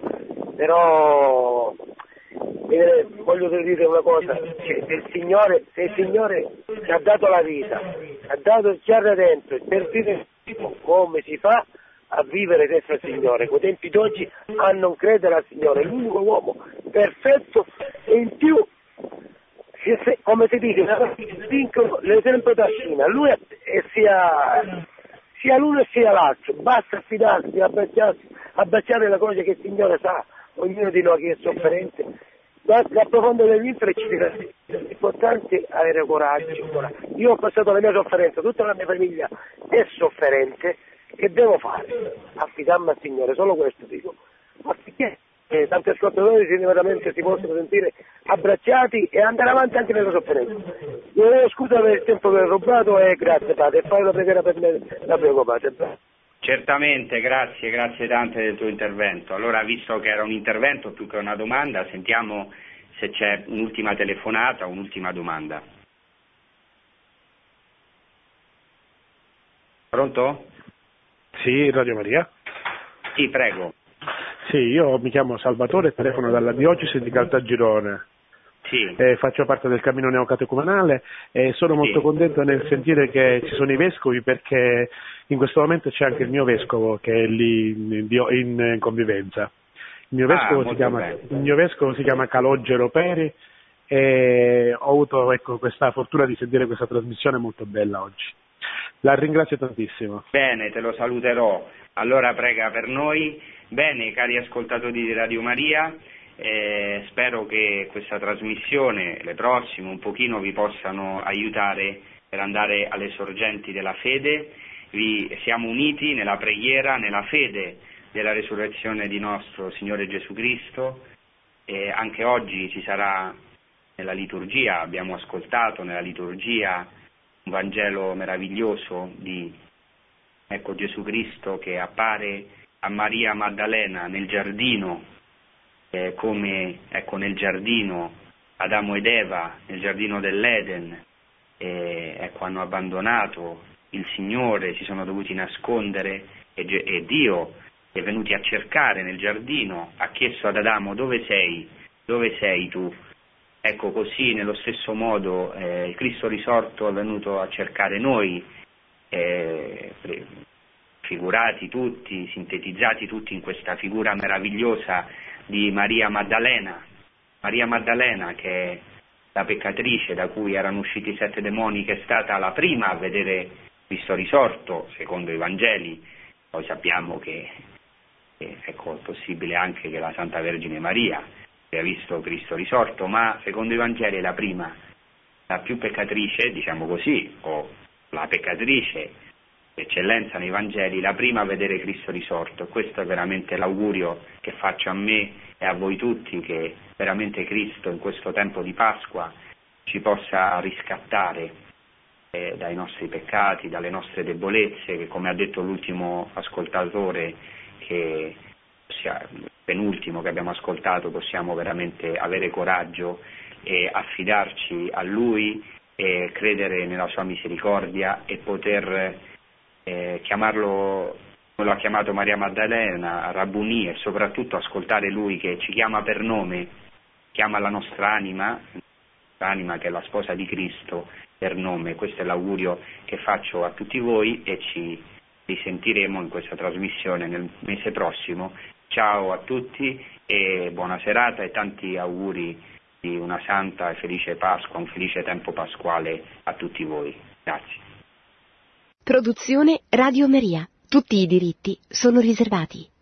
però eh, voglio dire una cosa, cioè, se, il Signore, se il Signore ci ha dato la vita, ci ha dato il chiaro dentro, per dire come si fa a vivere senza il Signore, con i tempi d'oggi a non credere al Signore, l'unico uomo perfetto e in più, se, se, come si dice, vincono l'esempio da Cina, lui è, è sia, sia l'uno sia l'altro, basta affidarsi, abbracciarsi, abbracciare la croce che il Signore sa, ognuno di noi che è sofferente, da, da profondo dell'infere ci dirà, l'importante è avere coraggio. Io ho passato la mia sofferenza, tutta la mia famiglia è sofferente, che devo fare? Affidarmi al Signore, solo questo dico, affinché eh, tanti ascoltatori si, veramente si possano sentire abbracciati e andare avanti anche nella sofferenza. Io chiedo scusa per il tempo che ho rubato e grazie padre, e fai una preghiera per me, la prego padre. Certamente, grazie, grazie tante del tuo intervento. Allora, visto che era un intervento più che una domanda, sentiamo se c'è un'ultima telefonata o un'ultima domanda. Pronto? Sì, Radio Maria. Sì, prego. Sì, io mi chiamo Salvatore e telefono dalla diocesi di Caltagirone. Sì. Eh, faccio parte del cammino neocatecumenale e sono molto sì. contento nel sentire che ci sono i vescovi, perché in questo momento c'è anche il mio vescovo che è lì in, in convivenza. Il mio vescovo, ah, si chiama, il mio vescovo si chiama Calogero Peri e ho avuto ecco, questa fortuna di sentire questa trasmissione molto bella oggi. La ringrazio tantissimo. Bene, te lo saluterò. Allora prega per noi. Bene, cari ascoltatori di Radio Maria, eh, spero che questa trasmissione, le prossime, un pochino vi possano aiutare per andare alle sorgenti della fede. Vi siamo uniti nella preghiera, nella fede della resurrezione di nostro Signore Gesù Cristo. E anche oggi ci sarà nella liturgia, abbiamo ascoltato nella liturgia un Vangelo meraviglioso di ecco, Gesù Cristo che appare a Maria Maddalena nel giardino, eh, come ecco, nel giardino Adamo ed Eva, nel giardino dell'Eden, eh, ecco, hanno abbandonato il Signore, si sono dovuti nascondere e, e Dio è venuto a cercare nel giardino, ha chiesto ad Adamo: dove sei? Dove sei tu? Ecco, così nello stesso modo eh, il Cristo risorto è venuto a cercare noi, eh, figurati tutti, sintetizzati tutti in questa figura meravigliosa di Maria Maddalena. Maria Maddalena, che è la peccatrice da cui erano usciti i sette demoni, che è stata la prima a vedere Cristo risorto, secondo i Vangeli. Poi sappiamo che, che ecco, è possibile anche che la Santa Vergine Maria abbia visto Cristo risorto, ma secondo i Vangeli è la prima, la più peccatrice, diciamo così, o la peccatrice eccellenza nei Vangeli, la prima a vedere Cristo risorto. Questo è veramente l'augurio che faccio a me e a voi tutti, che veramente Cristo in questo tempo di Pasqua ci possa riscattare eh, dai nostri peccati, dalle nostre debolezze, che come ha detto l'ultimo ascoltatore, che sia, il penultimo che abbiamo ascoltato, possiamo veramente avere coraggio e affidarci a Lui e credere nella Sua misericordia e poter Eh, chiamarlo, come lo ha chiamato Maria Maddalena, Rabbunì, e soprattutto ascoltare Lui che ci chiama per nome, chiama la nostra anima, l'anima che è la sposa di Cristo per nome. Questo è l'augurio che faccio a tutti voi e ci risentiremo in questa trasmissione nel mese prossimo. Ciao a tutti e buona serata e tanti auguri di una santa e felice Pasqua, un felice tempo pasquale a tutti voi. Grazie. Produzione Radio Maria. Tutti i diritti sono riservati.